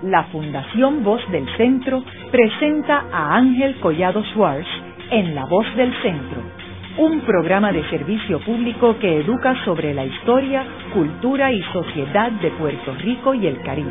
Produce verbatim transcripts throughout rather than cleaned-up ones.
la Fundación Voz del Centro presenta a Ángel Collado Schwartz en La Voz del Centro, un programa de servicio público que educa sobre la historia, cultura y sociedad de Puerto Rico y el Caribe.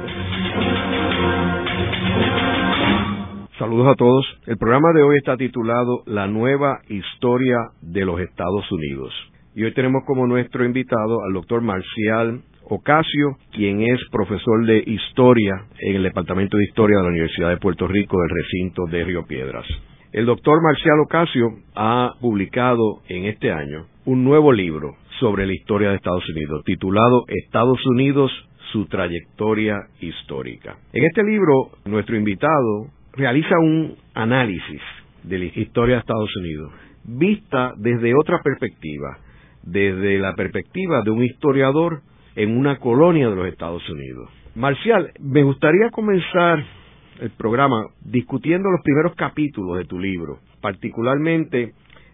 Saludos a todos. El programa de hoy está titulado La Nueva Historia de los Estados Unidos. Y hoy tenemos como nuestro invitado al doctor Marcial Ocasio, quien es profesor de Historia en el Departamento de Historia de la Universidad de Puerto Rico del recinto de Río Piedras. El doctor Marcial Ocasio ha publicado en este año un nuevo libro sobre la historia de Estados Unidos, titulado Estados Unidos, su trayectoria histórica. En este libro, nuestro invitado realiza un análisis de la historia de Estados Unidos, vista desde otra perspectiva, desde la perspectiva de un historiador en una colonia de los Estados Unidos. Marcial, me gustaría comenzar el programa discutiendo los primeros capítulos de tu libro, particularmente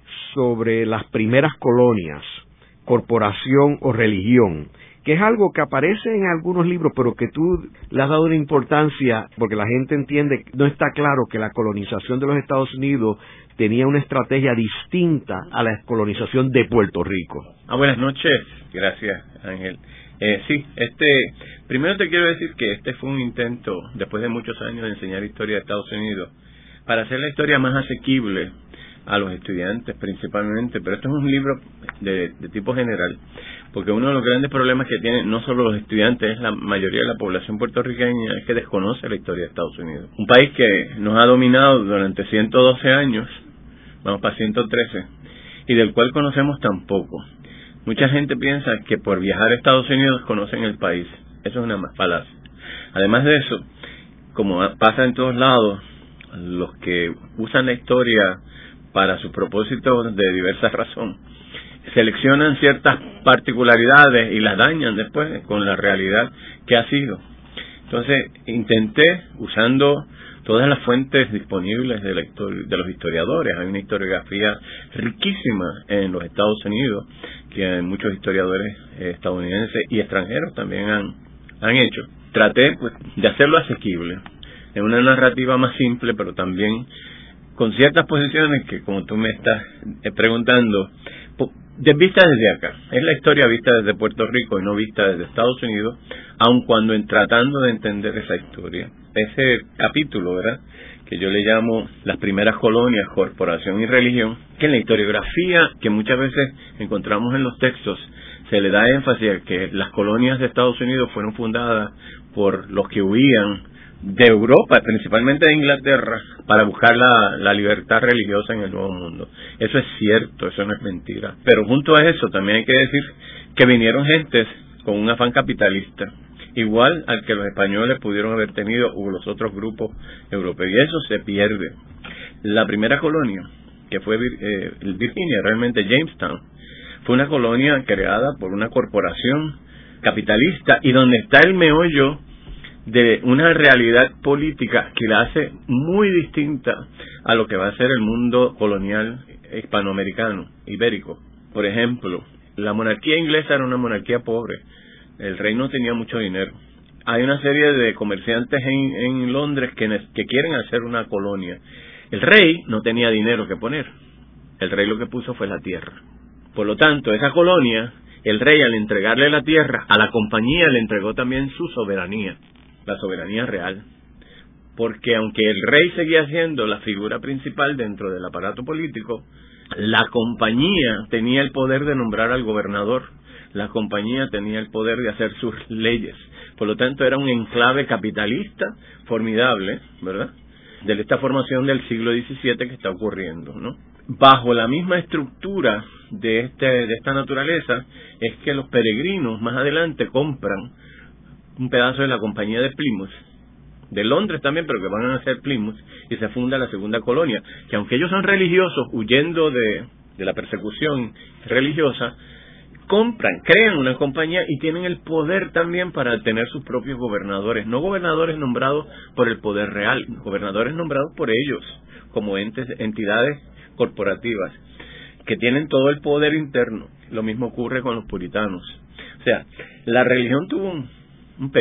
sobre las primeras colonias, corporación o religión, que es algo que aparece en algunos libros, pero que tú le has dado una importancia, porque la gente entiende, no está claro que la colonización de los Estados Unidos tenía una estrategia distinta a la colonización de Puerto Rico. Ah, buenas noches. Gracias, Ángel. Eh, sí, este, primero te quiero decir que este fue un intento, después de muchos años de enseñar historia de Estados Unidos, para hacer la historia más asequible a los estudiantes principalmente, pero esto es un libro de, de tipo general, porque uno de los grandes problemas que tienen no solo los estudiantes, es la mayoría de la población puertorriqueña, es que desconoce la historia de Estados Unidos. Un país que nos ha dominado durante ciento doce años, vamos para ciento trece, y del cual conocemos tan poco. Mucha gente piensa que por viajar a Estados Unidos conocen el país. Eso es una falacia. Además de eso, como pasa en todos lados, los que usan la historia para sus propósitos de diversa razón, seleccionan ciertas particularidades y las dañan después con la realidad que ha sido. Entonces, intenté, usando todas las fuentes disponibles de, la histori- de los historiadores, hay una historiografía riquísima en los Estados Unidos, que muchos historiadores eh, estadounidenses y extranjeros también han, han hecho. Traté pues de hacerlo asequible, en una narrativa más simple, pero también con ciertas posiciones que, como tú me estás eh, preguntando, de vista desde acá. Es la historia vista desde Puerto Rico y no vista desde Estados Unidos, aun cuando en tratando de entender esa historia. Ese capítulo, ¿verdad?, que yo le llamo las primeras colonias, corporación y religión, que en la historiografía que muchas veces encontramos en los textos se le da énfasis a que las colonias de Estados Unidos fueron fundadas por los que huían de Europa, principalmente de Inglaterra, para buscar la, la libertad religiosa en el Nuevo Mundo. Eso es cierto, eso no es mentira. Pero junto a eso también hay que decir que vinieron gentes con un afán capitalista, igual al que los españoles pudieron haber tenido o los otros grupos europeos, y eso se pierde. La primera colonia, que fue eh, Virginia, realmente Jamestown, fue una colonia creada por una corporación capitalista y donde está el meollo de una realidad política que la hace muy distinta a lo que va a ser el mundo colonial hispanoamericano, ibérico. Por ejemplo, la monarquía inglesa era una monarquía pobre, el rey no tenía mucho dinero. Hay una serie de comerciantes en, en Londres que, que quieren hacer una colonia. El rey no tenía dinero que poner, el rey lo que puso fue la tierra. Por lo tanto, esa colonia, el rey al entregarle la tierra, a la compañía le entregó también su soberanía, la soberanía real, porque aunque el rey seguía siendo la figura principal dentro del aparato político, la compañía tenía el poder de nombrar al gobernador, la compañía tenía el poder de hacer sus leyes. Por lo tanto, era un enclave capitalista formidable, ¿verdad?, de esta formación del siglo diecisiete que está ocurriendo, ¿no? Bajo la misma estructura de este de esta naturaleza es que los peregrinos más adelante compran un pedazo de la compañía de Plymouth, de Londres también, pero que van a ser Plymouth, y se funda la segunda colonia, que aunque ellos son religiosos, huyendo de, de la persecución religiosa, compran, crean una compañía y tienen el poder también para tener sus propios gobernadores, no gobernadores nombrados por el poder real, gobernadores nombrados por ellos, como entes, entidades corporativas, que tienen todo el poder interno. Lo mismo ocurre con los puritanos. O sea, la religión tuvo un, un peso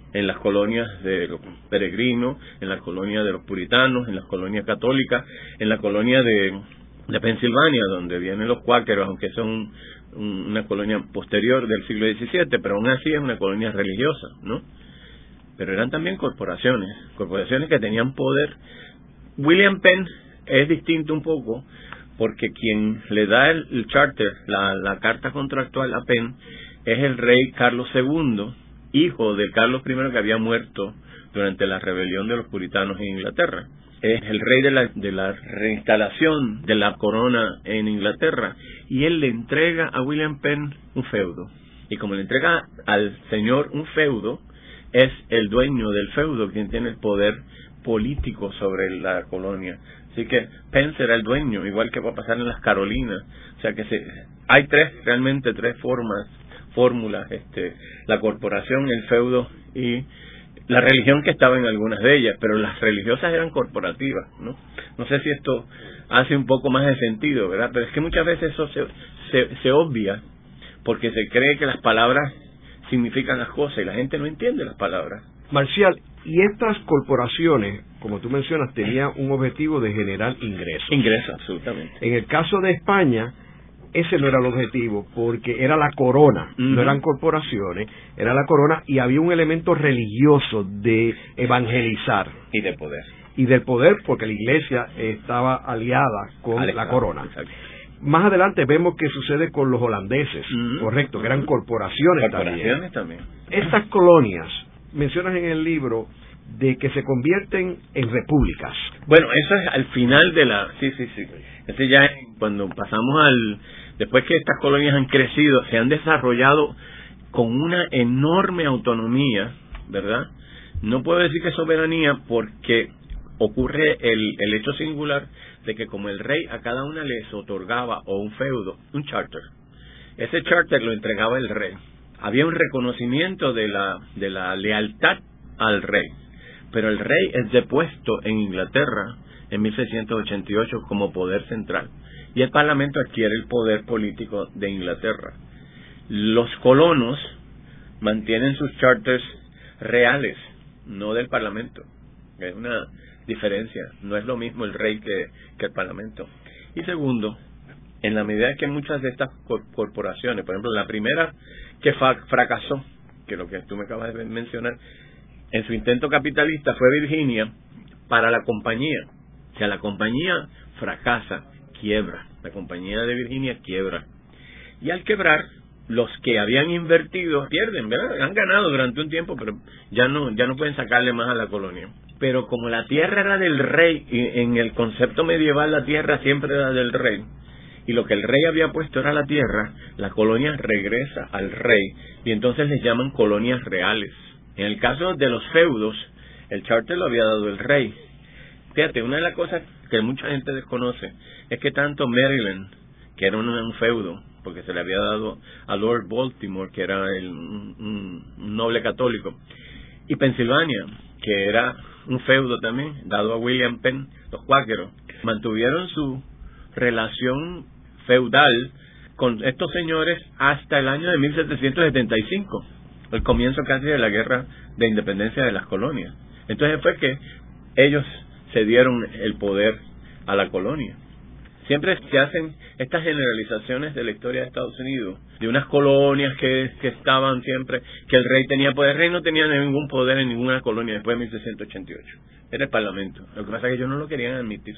en las colonias de los peregrinos, en las colonias de los puritanos, en las colonias católicas, en la colonia de, de Pensilvania, donde vienen los cuáqueros, aunque son un, una colonia posterior del siglo diecisiete, pero aún así es una colonia religiosa, ¿no? Pero eran también corporaciones, corporaciones que tenían poder. William Penn es distinto un poco, porque quien le da el, el charter, la, la carta contractual a Penn, es el rey Carlos segundo, hijo de Carlos primero, que había muerto durante la rebelión de los puritanos en Inglaterra. Es el rey de la, de la reinstalación de la corona en Inglaterra, y él le entrega a William Penn un feudo. Y como le entrega al señor un feudo, es el dueño del feudo quien tiene el poder político sobre la colonia. Así que Penn será el dueño, igual que va a pasar en las Carolinas. O sea que se, hay tres, realmente tres formas, fórmulas, este, la corporación, el feudo y la religión, que estaba en algunas de ellas, pero las religiosas eran corporativas, ¿no? No sé si esto hace un poco más de sentido, ¿verdad? Pero es que muchas veces eso se, se, se obvia, porque se cree que las palabras significan las cosas y la gente no entiende las palabras. Marcial, y estas corporaciones, como tú mencionas, tenían un objetivo de generar ingresos. Ingresos, absolutamente. En el caso de España, ese no era el objetivo, porque era la corona, uh-huh. no eran corporaciones, era la corona, y había un elemento religioso de evangelizar. Y de poder. Y del poder, porque la iglesia estaba aliada con Al la estado, corona. Exacto. Más adelante vemos que sucede con los holandeses, uh-huh. correcto, que eran corporaciones, corporaciones también. también. Estas colonias, mencionas en el libro, de que se convierten en repúblicas. Bueno, eso es al final de la... Sí, sí, sí. Ese ya es cuando pasamos al... Después que estas colonias han crecido, se han desarrollado con una enorme autonomía, ¿verdad? No puedo decir que soberanía, porque ocurre el, el hecho singular de que como el rey a cada una les otorgaba, o un feudo, un charter. Ese charter lo entregaba el rey. Había un reconocimiento de la, de la lealtad al rey. Pero el rey es depuesto en Inglaterra en mil seiscientos ochenta y ocho como poder central, y el parlamento adquiere el poder político de Inglaterra. Los colonos mantienen sus charters reales, no del parlamento. Es una diferencia, no es lo mismo el rey que, que el parlamento. Y segundo, en la medida que muchas de estas corporaciones, por ejemplo, la primera que fa- fracasó, que lo que tú me acabas de mencionar, en su intento capitalista fue Virginia, para la compañía. O sea, la compañía fracasa, quiebra. La compañía de Virginia quiebra. Y al quebrar, los que habían invertido pierden, ¿verdad? Han ganado durante un tiempo, pero ya no, ya no pueden sacarle más a la colonia. Pero como la tierra era del rey, y en el concepto medieval la tierra siempre era del rey, y lo que el rey había puesto era la tierra, la colonia regresa al rey, y entonces les llaman colonias reales. En el caso de los feudos, el charter lo había dado el rey. Fíjate, una de las cosas que mucha gente desconoce es que tanto Maryland, que era un, un feudo, porque se le había dado a Lord Baltimore, que era el, un, un noble católico, y Pensilvania, que era un feudo también, dado a William Penn, los cuáqueros, mantuvieron su relación feudal con estos señores hasta el año de mil setecientos setenta y cinco. El comienzo casi de la guerra de independencia de las colonias. Entonces fue que ellos se dieron el poder a la colonia. Siempre se hacen estas generalizaciones de la historia de Estados Unidos, de unas colonias que, que estaban siempre, que el rey tenía poder. El rey no tenía ningún poder en ninguna colonia después de mil seiscientos ochenta y ocho. Era el parlamento. Lo que pasa es que ellos no lo querían admitir.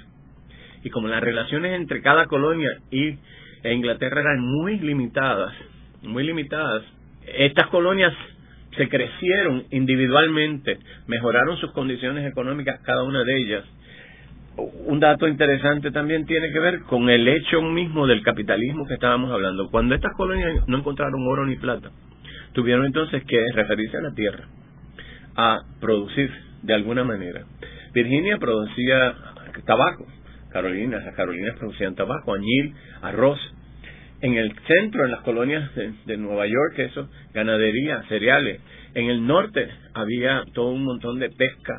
Y como las relaciones entre cada colonia y e Inglaterra eran muy limitadas, muy limitadas, estas colonias se crecieron individualmente, mejoraron sus condiciones económicas cada una de ellas. Un dato interesante también tiene que ver con el hecho mismo del capitalismo que estábamos hablando. Cuando estas colonias no encontraron oro ni plata, tuvieron entonces que referirse a la tierra, a producir de alguna manera. Virginia producía tabaco, Carolinas, las Carolinas producían tabaco, añil, arroz. En el centro, en las colonias de, de Nueva York, eso, ganadería, cereales. En el norte había todo un montón de pesca,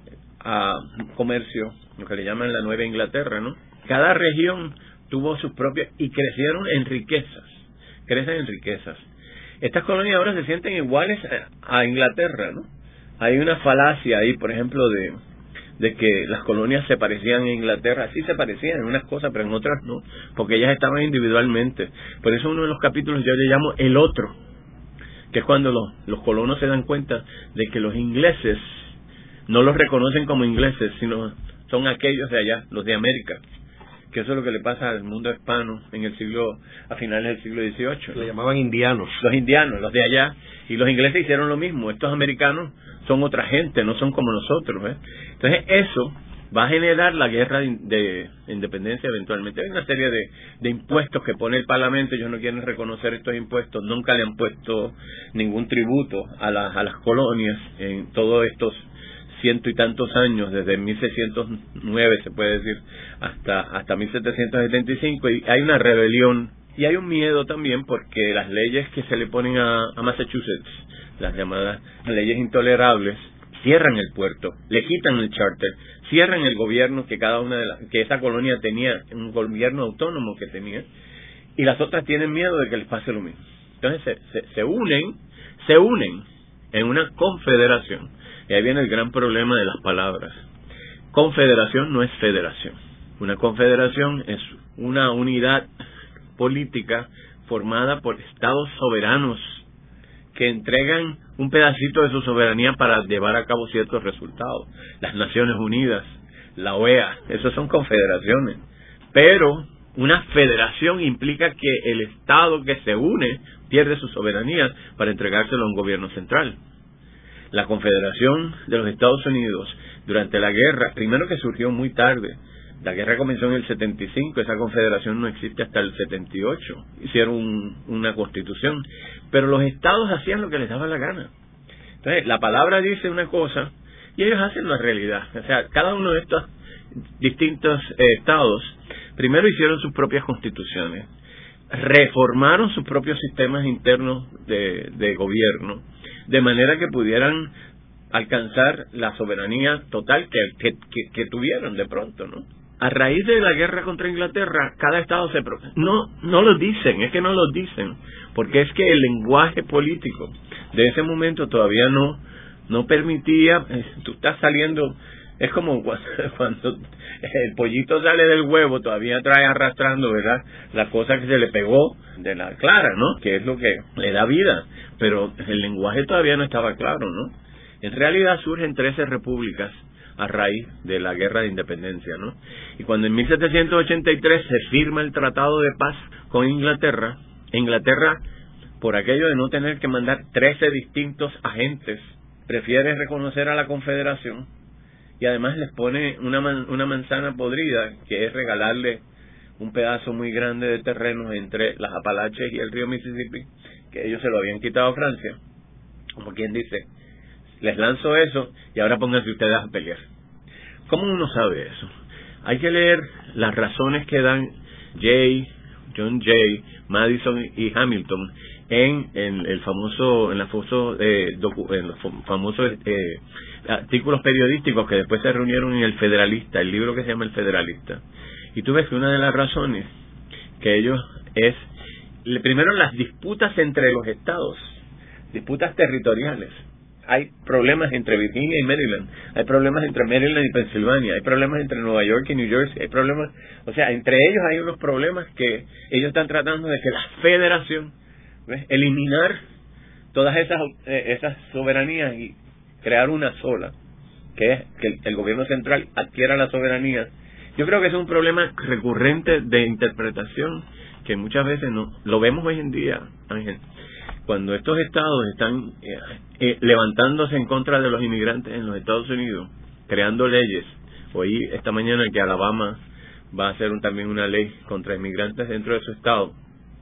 a comercio, lo que le llaman la Nueva Inglaterra, ¿no? Cada región tuvo sus propias y crecieron en riquezas, crecen en riquezas. Estas colonias ahora se sienten iguales a, a Inglaterra, ¿no? hay una falacia ahí, por ejemplo, de, de que las colonias se parecían a Inglaterra. Sí se parecían en unas cosas, pero en otras no, porque ellas estaban individualmente. Por eso uno de los capítulos yo le llamo el otro, que es cuando los, los colonos se dan cuenta de que los ingleses no los reconocen como ingleses, sino son aquellos de allá, los de América, que eso es lo que le pasa al mundo hispano en el siglo, a finales del siglo dieciocho, ¿no? Le llamaban indianos. Los indianos, los de allá, y los ingleses hicieron lo mismo. Estos americanos son otra gente, no son como nosotros, ¿eh? Entonces eso va a generar la guerra de, de independencia eventualmente. Hay una serie de, de impuestos que pone el Parlamento. Ellos no quieren reconocer estos impuestos, nunca le han puesto ningún tributo a, la, a las colonias en todos estos ciento y tantos años, desde mil seiscientos nueve se puede decir hasta hasta mil setecientos setenta y cinco, y hay una rebelión y hay un miedo también porque las leyes que se le ponen a, a Massachusetts, las llamadas leyes intolerables, cierran el puerto, le quitan el charter, cierran el gobierno que cada una de las que esa colonia tenía, un gobierno autónomo que tenía, y las otras tienen miedo de que les pase lo mismo. Entonces se, se, se unen, se unen en una confederación. Y ahí viene el gran problema de las palabras. Confederación no es federación. Una confederación es una unidad política formada por estados soberanos que entregan un pedacito de su soberanía para llevar a cabo ciertos resultados. Las Naciones Unidas, la O E A, esos son confederaciones. Pero una federación implica que el estado que se une pierde su soberanía para entregárselo a un gobierno central. La Confederación de los Estados Unidos, durante la guerra, primero que surgió muy tarde, la guerra comenzó en el setenta y cinco, esa confederación no existe hasta el setenta y ocho, hicieron un, una constitución, pero los estados hacían lo que les daba la gana. Entonces, la palabra dice una cosa y ellos hacen la realidad. O sea, cada uno de estos distintos eh, estados, primero hicieron sus propias constituciones, reformaron sus propios sistemas internos de, de gobierno, de manera que pudieran alcanzar la soberanía total que, que, que, que tuvieron de pronto, ¿no? A raíz de la guerra contra Inglaterra, cada estado se... Pro... No, no lo dicen, es que no lo dicen, porque es que el lenguaje político de ese momento todavía no, no permitía... Tú estás saliendo... Es como cuando, cuando el pollito sale del huevo, todavía trae arrastrando, ¿verdad?, la cosa que se le pegó de la clara, ¿no?, que es lo que le da vida, pero el lenguaje todavía no estaba claro, ¿no? En realidad surgen trece repúblicas a raíz de la guerra de independencia, ¿no? Y cuando en mil setecientos ochenta y tres se firma el Tratado de Paz con Inglaterra, Inglaterra, por aquello de no tener que mandar trece distintos agentes, prefiere reconocer a la Confederación, y además les pone una man, una manzana podrida, que es regalarle un pedazo muy grande de terreno entre las Apalaches y el río Mississippi, que ellos se lo habían quitado a Francia. Como quien dice, les lanzo eso y ahora pónganse ustedes a pelear. ¿Cómo uno sabe eso? Hay que leer las razones que dan Jay, John Jay, Madison y Hamilton en, en el famoso, en la famoso, eh, docu, en los famosos eh, artículos periodísticos que después se reunieron en El Federalista, el libro que se llama El Federalista. Y tú ves que una de las razones que ellos es, primero, las disputas entre los estados, disputas territoriales. Hay problemas entre Virginia y Maryland, hay problemas entre Maryland y Pensilvania, hay problemas entre Nueva York y New Jersey, hay problemas, o sea, entre ellos hay unos problemas que ellos están tratando de que la federación, ¿ves?, eliminar todas esas eh, esas soberanías y crear una sola, que es que el, el gobierno central adquiera la soberanía. Yo creo que es un problema recurrente de interpretación que muchas veces no lo vemos hoy en día, Ángel. Cuando estos estados están eh, eh, levantándose en contra de los inmigrantes en los Estados Unidos, creando leyes. Oí esta mañana que Alabama va a hacer un, también una ley contra inmigrantes dentro de su estado.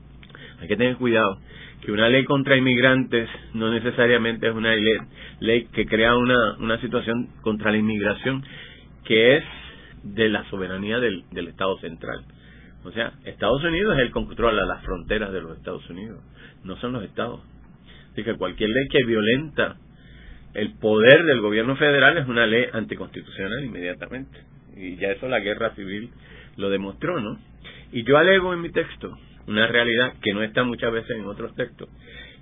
Hay que tener cuidado, que una ley contra inmigrantes no necesariamente es una ley, ley que crea una, una situación contra la inmigración que es de la soberanía del, del Estado central. O sea, Estados Unidos es el que controla las fronteras de los Estados Unidos, no son los estados. Así que cualquier ley que violenta el poder del gobierno federal es una ley anticonstitucional inmediatamente. Y ya eso la guerra civil lo demostró, ¿no? Y yo alego en mi texto una realidad que no está muchas veces en otros textos,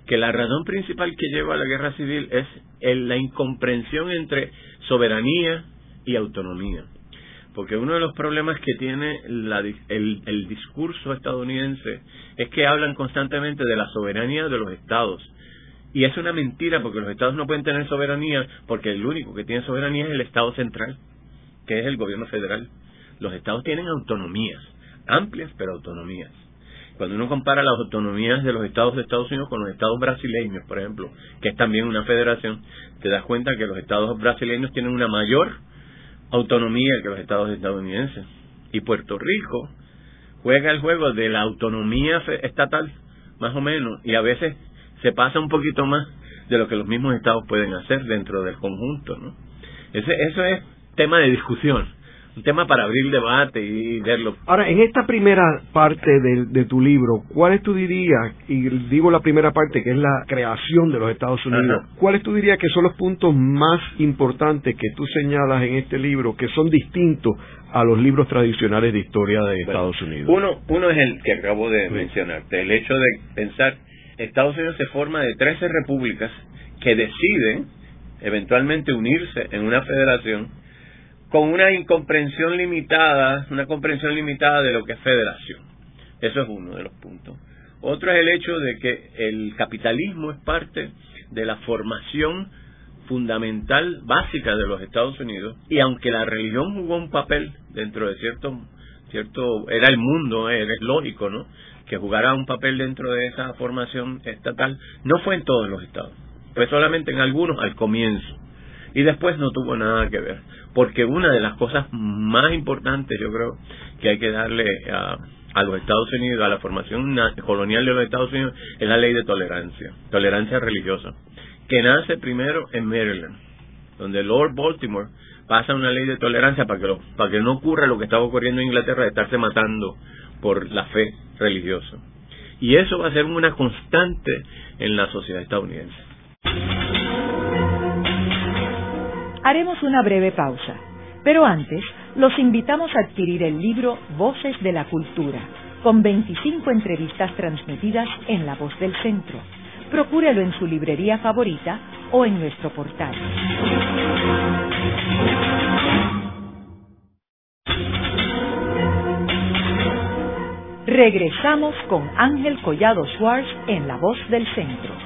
que la razón principal que lleva a la guerra civil es el, la incomprensión entre soberanía y autonomía. Porque uno de los problemas que tiene la, el, el discurso estadounidense es que hablan constantemente de la soberanía de los estados. Y es una mentira, porque los estados no pueden tener soberanía, porque el único que tiene soberanía es el estado central, que es el gobierno federal. Los estados tienen autonomías, amplias pero autonomías. Cuando uno compara las autonomías de los estados de Estados Unidos con los estados brasileños, por ejemplo, que es también una federación, te das cuenta que los estados brasileños tienen una mayor autonomía que los estados estadounidenses. Y Puerto Rico juega el juego de la autonomía estatal, más o menos, y a veces se pasa un poquito más de lo que los mismos estados pueden hacer dentro del conjunto, ¿no? Ese, eso es tema de discusión, un tema para abrir debate y verlo. Ahora, en esta primera parte de, de tu libro, ¿cuáles tú dirías, y digo la primera parte que es la creación de los Estados Unidos, Ajá. ¿cuáles tú dirías que son los puntos más importantes que tú señalas en este libro que son distintos a los libros tradicionales de historia de bueno, Estados Unidos? Uno, uno es el que acabo de sí. mencionarte, el hecho de pensar, Estados Unidos se forma de trece repúblicas que deciden eventualmente unirse en una federación con una incomprensión limitada, una comprensión limitada de lo que es federación. Eso es uno de los puntos. Otro es el hecho de que el capitalismo es parte de la formación fundamental, básica de los Estados Unidos, y aunque la religión jugó un papel dentro de cierto, cierto era el mundo, es lógico, ¿no?, que jugara un papel dentro de esa formación estatal, no fue en todos los estados, fue solamente en algunos al comienzo. Y después no tuvo nada que ver, porque una de las cosas más importantes, yo creo, que hay que darle a, a los Estados Unidos, a la formación colonial de los Estados Unidos, es la ley de tolerancia, tolerancia religiosa, que nace primero en Maryland, donde Lord Baltimore pasa una ley de tolerancia para que, lo, para que no ocurra lo que estaba ocurriendo en Inglaterra, de estarse matando por la fe religiosa. Y eso va a ser una constante en la sociedad estadounidense. Haremos una breve pausa, pero antes los invitamos a adquirir el libro Voces de la Cultura, con veinticinco entrevistas transmitidas en La Voz del Centro. Procúrelo en su librería favorita o en nuestro portal. Regresamos con Ángel Collado Schwartz en La Voz del Centro.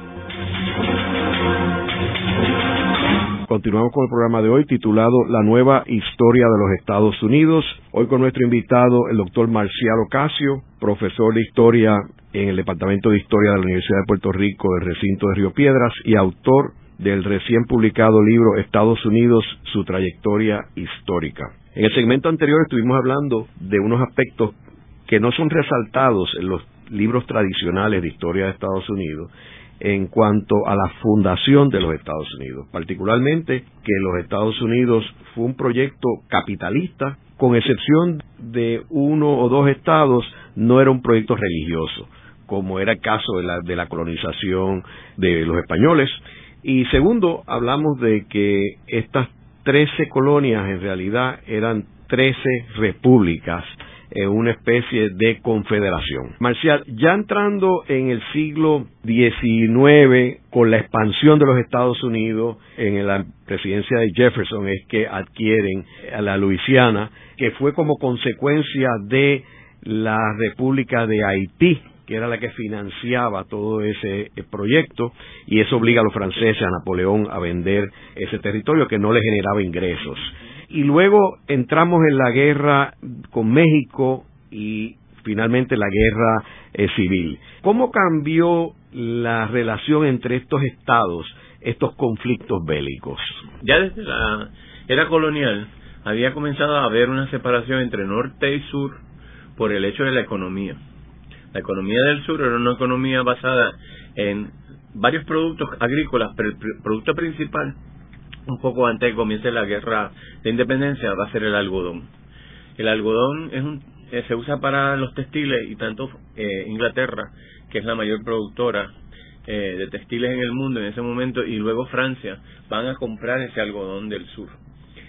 Continuamos con el programa de hoy titulado La Nueva Historia de los Estados Unidos. Hoy con nuestro invitado, el doctor Marcial Ocasio, profesor de Historia en el Departamento de Historia de la Universidad de Puerto Rico del recinto de Río Piedras y autor del recién publicado libro Estados Unidos, su trayectoria histórica. En el segmento anterior estuvimos hablando de unos aspectos que no son resaltados en los libros tradicionales de historia de Estados Unidos en cuanto a la fundación de los Estados Unidos, particularmente que los Estados Unidos fue un proyecto capitalista, con excepción de uno o dos estados, no era un proyecto religioso, como era el caso de la, de la colonización de los españoles. Y segundo, hablamos de que estas trece colonias en realidad eran trece repúblicas, en una especie de confederación. Marcial, ya entrando en el siglo diecinueve, con la expansión de los Estados Unidos, en la presidencia de Jefferson es que adquieren a la Luisiana, que fue como consecuencia de la República de Haití, que era la que financiaba todo ese proyecto, y eso obliga a los franceses, a Napoleón, a vender ese territorio que no le generaba ingresos. Y luego entramos en la guerra con México y finalmente la guerra eh, civil. ¿Cómo cambió la relación entre estos estados, estos conflictos bélicos? Ya desde la era colonial había comenzado a haber una separación entre norte y sur por el hecho de la economía. La economía del sur era una economía basada en varios productos agrícolas, pero el pr- producto principal, un poco antes de que comience la guerra de independencia, va a ser el algodón. El algodón es un, eh, se usa para los textiles, y tanto eh, Inglaterra, que es la mayor productora eh, de textiles en el mundo en ese momento, y luego Francia, van a comprar ese algodón del sur.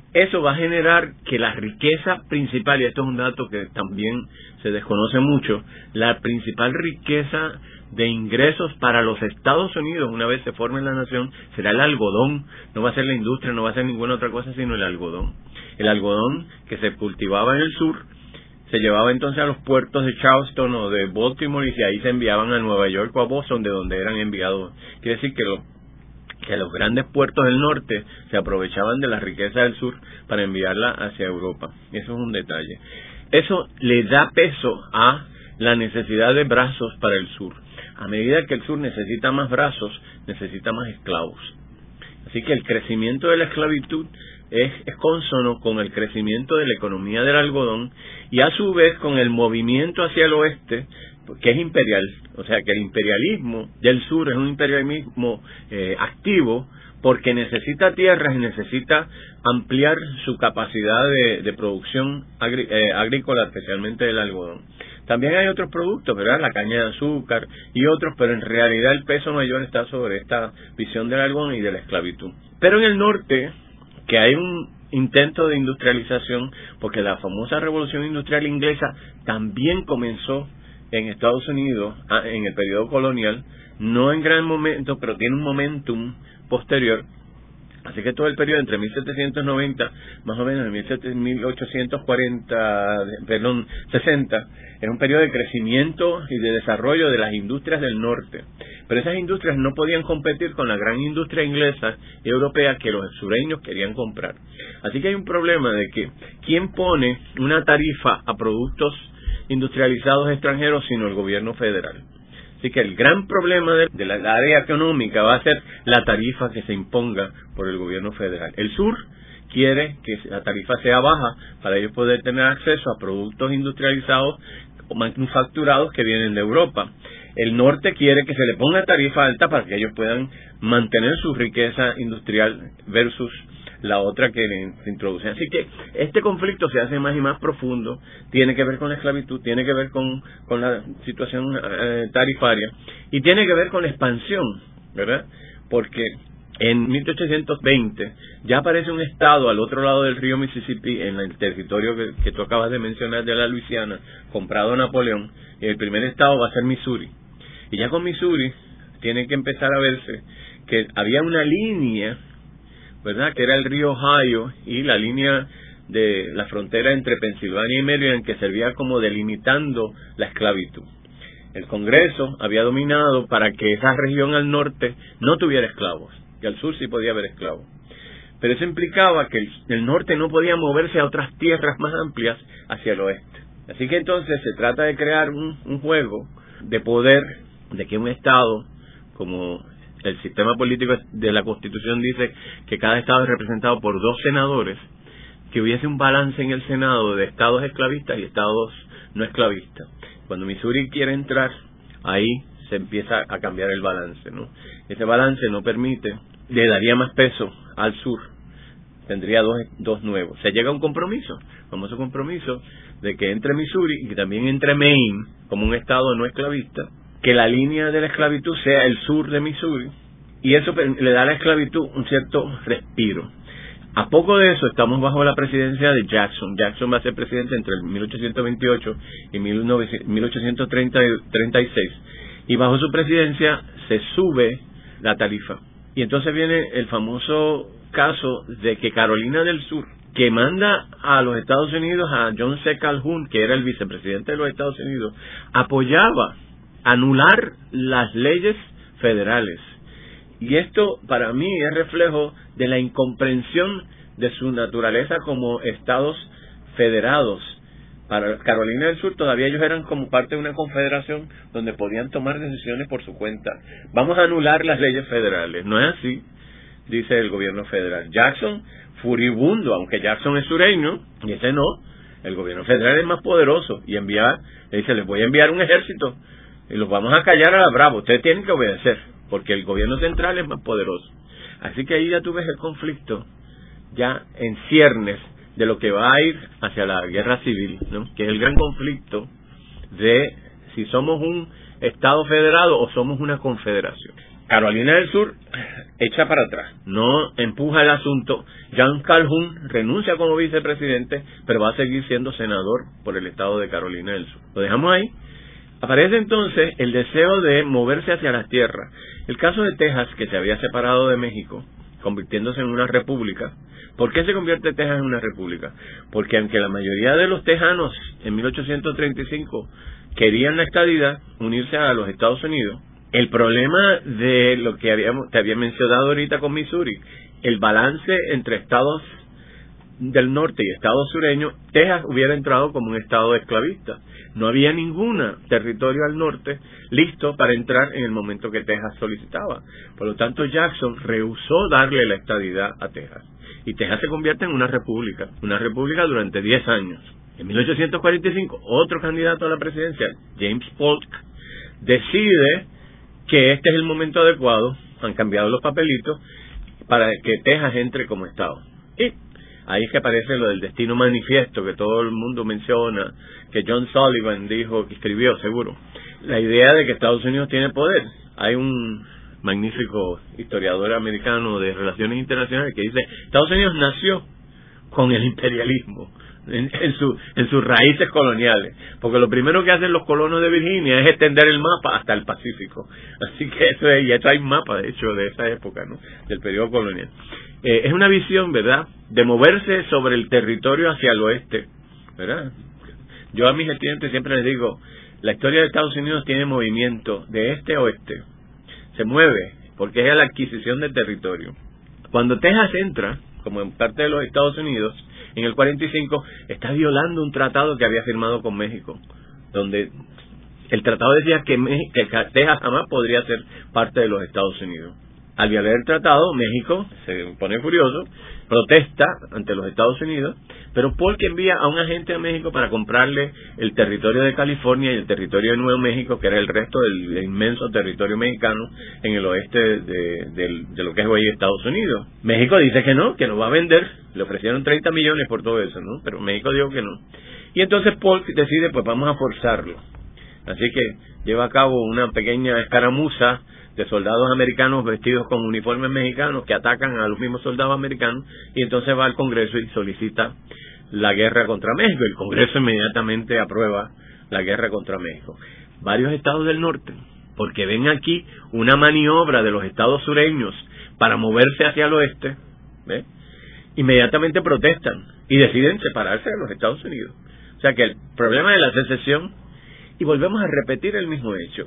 eso va a generar que la riqueza principal, y esto es un dato que también se desconoce mucho, la principal riqueza de ingresos para los Estados Unidos, una vez se forme la nación, será el algodón. No va a ser la industria, no va a ser ninguna otra cosa sino el algodón. El algodón que se cultivaba en el sur se llevaba entonces a los puertos de Charleston o de Baltimore y ahí se enviaban a Nueva York o a Boston, de donde eran enviados. Quiere decir que, lo, que los grandes puertos del norte se aprovechaban de la riqueza del sur para enviarla hacia Europa. Eso es un detalle. Eso le da peso a la necesidad de brazos para el sur. A medida que el sur necesita más brazos, necesita más esclavos. Así que el crecimiento de la esclavitud es, es consono con el crecimiento de la economía del algodón y a su vez con el movimiento hacia el oeste, que es imperial. O sea que el imperialismo del sur es un imperialismo eh, activo porque necesita tierras y necesita ampliar su capacidad de, de producción agri, eh, agrícola, especialmente del algodón. También hay otros productos, ¿verdad? La caña de azúcar y otros, pero en realidad el peso mayor está sobre esta visión del algodón y de la esclavitud. Pero en el norte, que hay un intento de industrialización, porque la famosa revolución industrial inglesa también comenzó en Estados Unidos en el periodo colonial, no en gran momento, pero tiene un momentum posterior. Así que todo el periodo entre mil setecientos noventa, más o menos en mil ochocientos cuarenta, perdón, sesenta, era un periodo de crecimiento y de desarrollo de las industrias del norte. Pero esas industrias no podían competir con la gran industria inglesa y europea que los sureños querían comprar. Así que hay un problema de que ¿quién pone una tarifa a productos industrializados extranjeros sino el gobierno federal? Así que el gran problema de, de la, la área económica va a ser la tarifa que se imponga por el gobierno federal. El sur quiere que la tarifa sea baja para ellos poder tener acceso a productos industrializados o manufacturados que vienen de Europa. El norte quiere que se le ponga tarifa alta para que ellos puedan mantener su riqueza industrial versus la otra que se introduce. Así que este conflicto se hace más y más profundo, tiene que ver con la esclavitud, tiene que ver con, con la situación eh, tarifaria y tiene que ver con la expansión, ¿verdad? Porque en mil ochocientos veinte ya aparece un estado al otro lado del río Mississippi, en el territorio que, que tú acabas de mencionar de la Luisiana, comprado a Napoleón, y el primer estado va a ser Missouri. Y ya con Missouri tiene que empezar a verse que había una línea, ¿verdad?, que era el río Ohio y la línea de la frontera entre Pensilvania y Maryland, que servía como delimitando la esclavitud. El Congreso había dominado para que esa región al norte no tuviera esclavos, y al sur sí podía haber esclavos. Pero eso implicaba que el, el norte no podía moverse a otras tierras más amplias hacia el oeste. Así que entonces se trata de crear un, un juego de poder, de que un estado, como el sistema político de la Constitución dice que cada estado es representado por dos senadores, que hubiese un balance en el Senado de estados esclavistas y estados no esclavistas. Cuando Missouri quiere entrar, ahí se empieza a cambiar el balance, ¿no? Ese balance no permite, le daría más peso al sur, tendría dos, dos nuevos. Se llega a un compromiso, famoso compromiso, de que entre Missouri y que también entre Maine, como un estado no esclavista, que la línea de la esclavitud sea el sur de Missouri, y eso le da a la esclavitud un cierto respiro. A poco de eso estamos bajo la presidencia de Jackson. Jackson va a ser presidente entre mil ochocientos veintiocho y mil ochocientos treinta y seis, y bajo su presidencia se sube la tarifa. Y entonces viene el famoso caso de que Carolina del Sur, que manda a los Estados Unidos a John C. Calhoun, que era el vicepresidente de los Estados Unidos, apoyaba anular las leyes federales. Y esto para mí es reflejo de la incomprensión de su naturaleza como estados federados. Para Carolina del Sur todavía ellos eran como parte de una confederación donde podían tomar decisiones por su cuenta. Vamos a anular las leyes federales. No es así, dice el gobierno federal. Jackson, furibundo, aunque Jackson es sureño, y ese no, el gobierno federal es más poderoso, y envía, le dice, les voy a enviar un ejército y los vamos a callar a la brava, ustedes tienen que obedecer, porque el gobierno central es más poderoso. Así que ahí ya tú ves el conflicto, ya en ciernes de lo que va a ir hacia la guerra civil, ¿no? Que es el gran conflicto de si somos un estado federado o somos una confederación. Carolina del Sur echa para atrás, no empuja el asunto. John Calhoun renuncia como vicepresidente, pero va a seguir siendo senador por el estado de Carolina del Sur. Lo dejamos ahí. Aparece entonces el deseo de moverse hacia las tierras. El caso de Texas, que se había separado de México, convirtiéndose en una república. ¿Por qué se convierte Texas en una república? Porque aunque la mayoría de los tejanos en mil ochocientos treinta y cinco querían la estadidad, unirse a los Estados Unidos, el problema de lo que habíamos, te había mencionado ahorita con Missouri, el balance entre estados del norte y estados sureños, Texas hubiera entrado como un estado esclavista. No había ningún territorio al norte listo para entrar en el momento que Texas solicitaba. Por lo tanto, Jackson rehusó darle la estadidad a Texas. Y Texas se convierte en una república, una república durante diez años. En mil ochocientos cuarenta y cinco, otro candidato a la presidencia, James Polk, decide que este es el momento adecuado, han cambiado los papelitos, para que Texas entre como estado. Y ahí es que aparece lo del destino manifiesto que todo el mundo menciona, que John Sullivan dijo, que escribió seguro. La idea de que Estados Unidos tiene poder. Hay un magnífico historiador americano de relaciones internacionales que dice, Estados Unidos nació con el imperialismo en, en, su, en sus raíces coloniales, porque lo primero que hacen los colonos de Virginia es extender el mapa hasta el Pacífico. Así que eso es, y esto hay mapa de hecho de esa época, ¿no?, del periodo colonial. Eh, es una visión, ¿verdad?, de moverse sobre el territorio hacia el oeste, ¿verdad? Yo a mis estudiantes siempre les digo, la historia de Estados Unidos tiene movimiento de este a oeste, se mueve porque es la adquisición de territorio. Cuando Texas entra como en parte de los Estados Unidos en el cuarenta y cinco, está violando un tratado que había firmado con México, donde el tratado decía que, México, que Texas jamás podría ser parte de los Estados Unidos. Al violar el tratado, México se pone furioso, protesta ante los Estados Unidos, pero Polk envía a un agente a México para comprarle el territorio de California y el territorio de Nuevo México, que era el resto del inmenso territorio mexicano en el oeste de, de, de lo que es hoy Estados Unidos. México dice que no, que no va a vender, le ofrecieron treinta millones por todo eso, ¿no? Pero México dijo que no. Y entonces Polk decide, pues vamos a forzarlo. Así que lleva a cabo una pequeña escaramuza de soldados americanos vestidos con uniformes mexicanos que atacan a los mismos soldados americanos, y entonces va al Congreso y solicita la guerra contra México. El Congreso inmediatamente aprueba la guerra contra México. Varios estados del norte, porque ven aquí una maniobra de los estados sureños para moverse hacia el oeste, ¿ve?, inmediatamente protestan y deciden separarse de los Estados Unidos. O sea que el problema de la secesión, y volvemos a repetir el mismo hecho,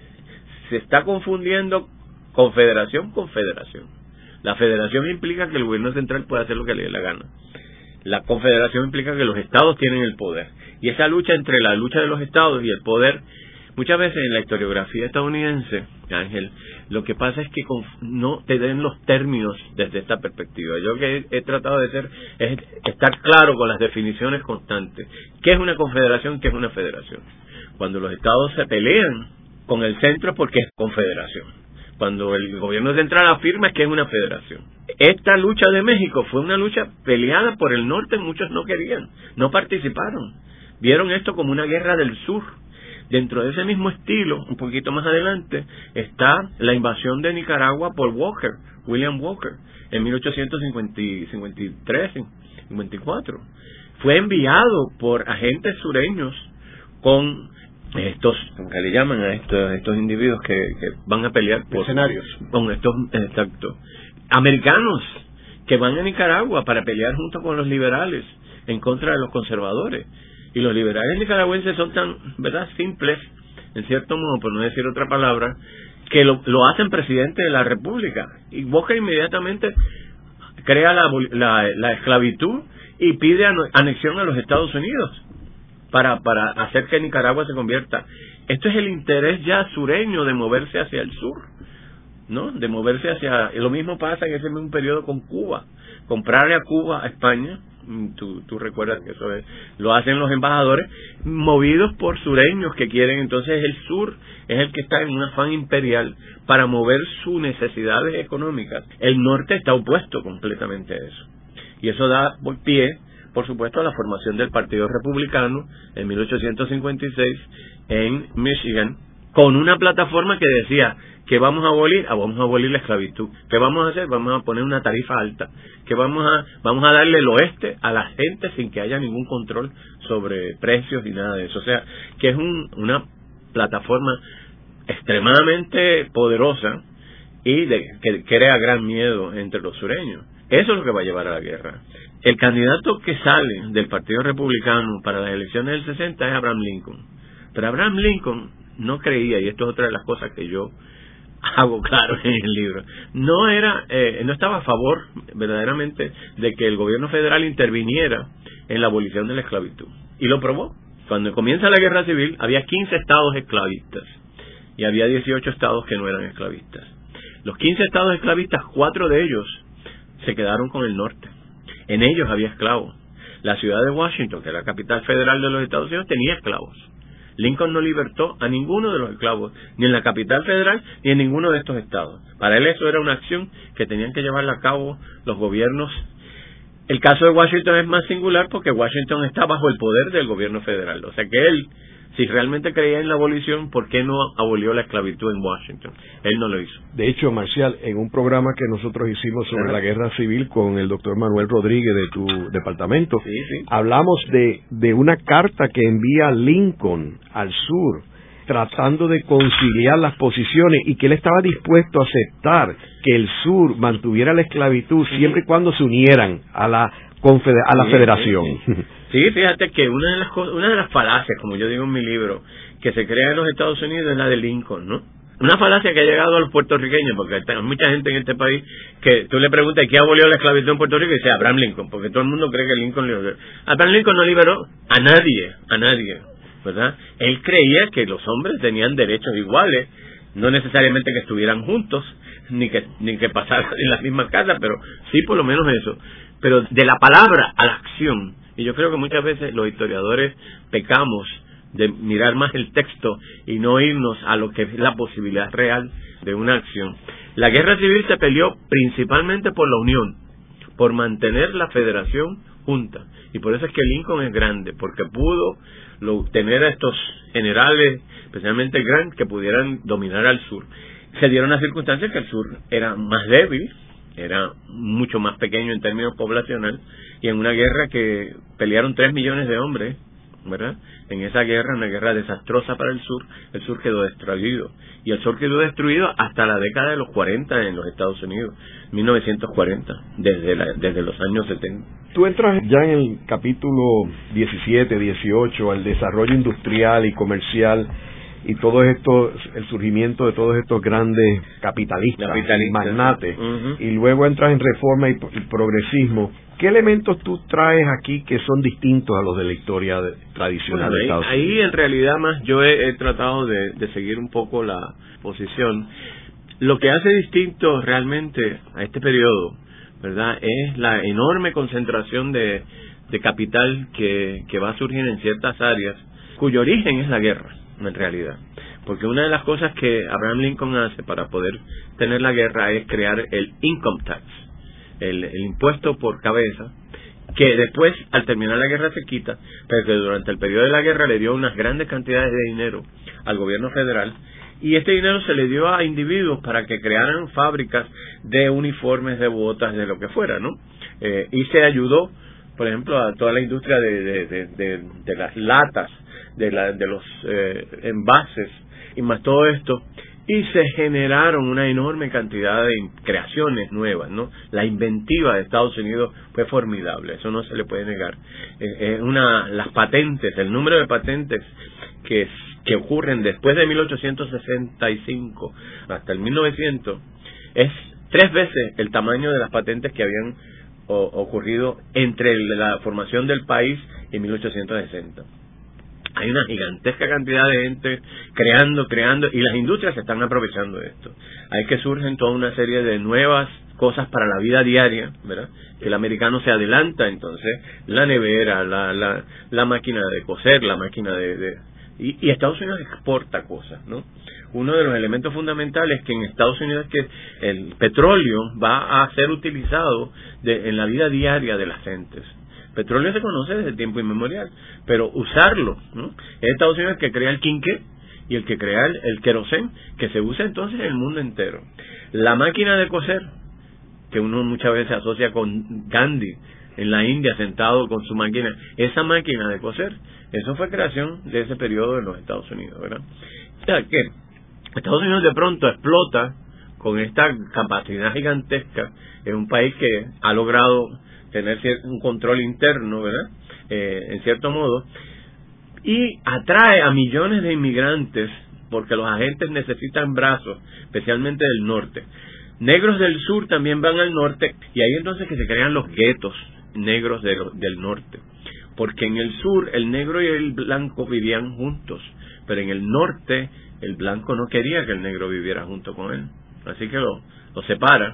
se está confundiendo confederación con federación. La federación implica que el gobierno central puede hacer lo que le dé la gana. La confederación implica que los estados tienen el poder. Y esa lucha entre la lucha de los estados y el poder, muchas veces en la historiografía estadounidense, Ángel, lo que pasa es que no te den los términos desde esta perspectiva. Yo lo que he, he tratado de hacer es estar claro con las definiciones constantes. ¿Qué es una confederación? ¿Qué es una federación? Cuando los estados se pelean con el centro, porque es confederación. Cuando el gobierno central afirma, es que es una federación. Esta lucha de México fue una lucha peleada por el norte, muchos no querían, no participaron. Vieron esto como una guerra del sur. Dentro de ese mismo estilo, un poquito más adelante, está la invasión de Nicaragua por Walker, William Walker, en mil ochocientos cincuenta y tres, cincuenta y cuatro. Fue enviado por agentes sureños con estos, que le llaman a estos, estos individuos que, que van a pelear por mercenarios, con estos, exacto, americanos que van a Nicaragua para pelear junto con los liberales en contra de los conservadores. Y los liberales nicaragüenses son tan, ¿verdad?, simples, en cierto modo, por no decir otra palabra, que lo, lo hacen presidente de la República. Y Walker inmediatamente crea la, la, la esclavitud y pide anexión a los Estados Unidos para, para hacer que Nicaragua se convierta. Esto es el interés ya sureño de moverse hacia el sur, ¿no? De moverse hacia... Lo mismo pasa en ese mismo periodo con Cuba. Comprarle a Cuba, a España, tú, tú recuerdas que eso es, lo hacen los embajadores, movidos por sureños que quieren. Entonces el sur es el que está en un afán imperial para mover sus necesidades económicas. El norte está opuesto completamente a eso. Y eso da por pie, por supuesto, a la formación del Partido Republicano en mil ochocientos cincuenta y seis en Michigan, con una plataforma que decía que vamos a abolir, ah, vamos a abolir la esclavitud. ¿Qué vamos a hacer? Vamos a poner una tarifa alta. Que vamos a vamos a darle el oeste a la gente sin que haya ningún control sobre precios y nada de eso. O sea, que es un, una plataforma extremadamente poderosa y de, que crea gran miedo entre los sureños. Eso es lo que va a llevar a la guerra. El candidato que sale del Partido Republicano para las elecciones del sesenta es Abraham Lincoln. Pero Abraham Lincoln no creía, y esto es otra de las cosas que yo hago claro en el libro, no era eh, no estaba a favor verdaderamente de que el gobierno federal interviniera en la abolición de la esclavitud. Y lo probó. Cuando comienza la guerra civil había quince estados esclavistas y había dieciocho estados que no eran esclavistas. Los quince estados esclavistas, cuatro de ellos se quedaron con el norte. En ellos había esclavos. La ciudad de Washington, que era la capital federal de los Estados Unidos, tenía esclavos. Lincoln no libertó a ninguno de los esclavos, ni en la capital federal, ni en ninguno de estos estados. Para él eso era una acción que tenían que llevarla a cabo los gobiernos. El caso de Washington es más singular porque Washington está bajo el poder del gobierno federal. O sea que él, si realmente creía en la abolición, ¿por qué no abolió la esclavitud en Washington? Él no lo hizo. De hecho, Marcial, en un programa que nosotros hicimos sobre la guerra civil con el doctor Manuel Rodríguez de tu departamento, sí, sí. hablamos de, de una carta que envía Lincoln al sur, tratando de conciliar las posiciones y que él estaba dispuesto a aceptar que el sur mantuviera la esclavitud siempre y cuando se unieran a la, confeder- a la sí, federación. Sí, sí. Sí, fíjate que una de las cosas, una de las falacias, como yo digo en mi libro, que se crea en los Estados Unidos es la de Lincoln, ¿no? Una falacia que ha llegado a los puertorriqueños, porque hay mucha gente en este país que tú le preguntas ¿y qué abolió la esclavitud en Puerto Rico? Y dice Abraham Lincoln, porque todo el mundo cree que Lincoln liberó. Abraham Lincoln no liberó a nadie, a nadie, ¿verdad? Él creía que los hombres tenían derechos iguales, no necesariamente que estuvieran juntos, ni que ni que pasaran en la misma casa, pero sí por lo menos eso. Pero de la palabra a la acción. Y yo creo que muchas veces los historiadores pecamos de mirar más el texto y no irnos a lo que es la posibilidad real de una acción. La guerra civil se peleó principalmente por la unión, por mantener la federación junta. Y por eso es que Lincoln es grande, porque pudo lo, tener a estos generales, especialmente Grant, que pudieran dominar al sur. Se dieron las circunstancias que el sur era más débil, era mucho más pequeño en términos poblacional, y en una guerra que pelearon tres millones de hombres, ¿verdad? En esa guerra, una guerra desastrosa para el sur, el sur quedó destruido. Y el sur quedó destruido hasta la década de los cuarenta en los Estados Unidos, mil novecientos cuarenta, desde, la, desde los años setenta. Tú entras ya en el capítulo diecisiete, dieciocho, al desarrollo industrial y comercial, y todo esto, el surgimiento de todos estos grandes capitalistas, Capitalista, magnates, sí. uh-huh. y luego entras en reforma y, y progresismo. ¿Qué elementos tú traes aquí que son distintos a los de la historia de, tradicional bueno, de ahí, Estados Unidos? Ahí en realidad más yo he, he tratado de, de seguir un poco la posición. Lo que hace distinto realmente a este periodo, ¿verdad?, es la enorme concentración de, de capital que, que va a surgir en ciertas áreas, cuyo origen es la guerra, en realidad. Porque una de las cosas que Abraham Lincoln hace para poder tener la guerra es crear el income tax, el, el impuesto por cabeza, que después, al terminar la guerra, se quita, pero que durante el periodo de la guerra le dio unas grandes cantidades de dinero al gobierno federal, y este dinero se le dio a individuos para que crearan fábricas de uniformes, de botas, de lo que fuera, ¿no? Eh, y se ayudó, por ejemplo, a toda la industria de, de, de, de, de las latas, de, la, de los eh, envases, y más todo esto, y se generaron una enorme cantidad de creaciones nuevas, ¿no? La inventiva de Estados Unidos fue formidable, eso no se le puede negar. Eh, eh, una, las patentes, el número de patentes que, que ocurren después de mil ochocientos sesenta y cinco hasta el mil novecientos es tres veces el tamaño de las patentes que habían o, ocurrido entre la formación del país y mil ochocientos sesenta. Hay una gigantesca cantidad de gente creando, creando, y las industrias se están aprovechando de esto. Hay que surgen toda una serie de nuevas cosas para la vida diaria, ¿verdad? Que el americano se adelanta, entonces, la nevera, la la, la máquina de coser, la máquina de... de y, y Estados Unidos exporta cosas, ¿no? Uno de los elementos fundamentales es que en Estados Unidos es que el petróleo va a ser utilizado de, en la vida diaria de las gentes. Petróleo se conoce desde tiempo inmemorial, pero usarlo, ¿no? En Estados Unidos que crea el quinqué, y el que crea el, el querosén, que se usa entonces en el mundo entero. La máquina de coser, que uno muchas veces asocia con Gandhi en la India sentado con su máquina, esa máquina de coser, eso fue creación de ese periodo en los Estados Unidos, ¿verdad? O sea que Estados Unidos de pronto explota con esta capacidad gigantesca, es un país que ha logrado tener un control interno, ¿verdad? Eh, en cierto modo, y atrae a millones de inmigrantes porque los agentes necesitan brazos, especialmente del norte. Negros del sur también van al norte, y ahí entonces que se crean los guetos negros de lo, del norte, porque en el sur el negro y el blanco vivían juntos, pero en el norte el blanco no quería que el negro viviera junto con él, así que lo, lo separa.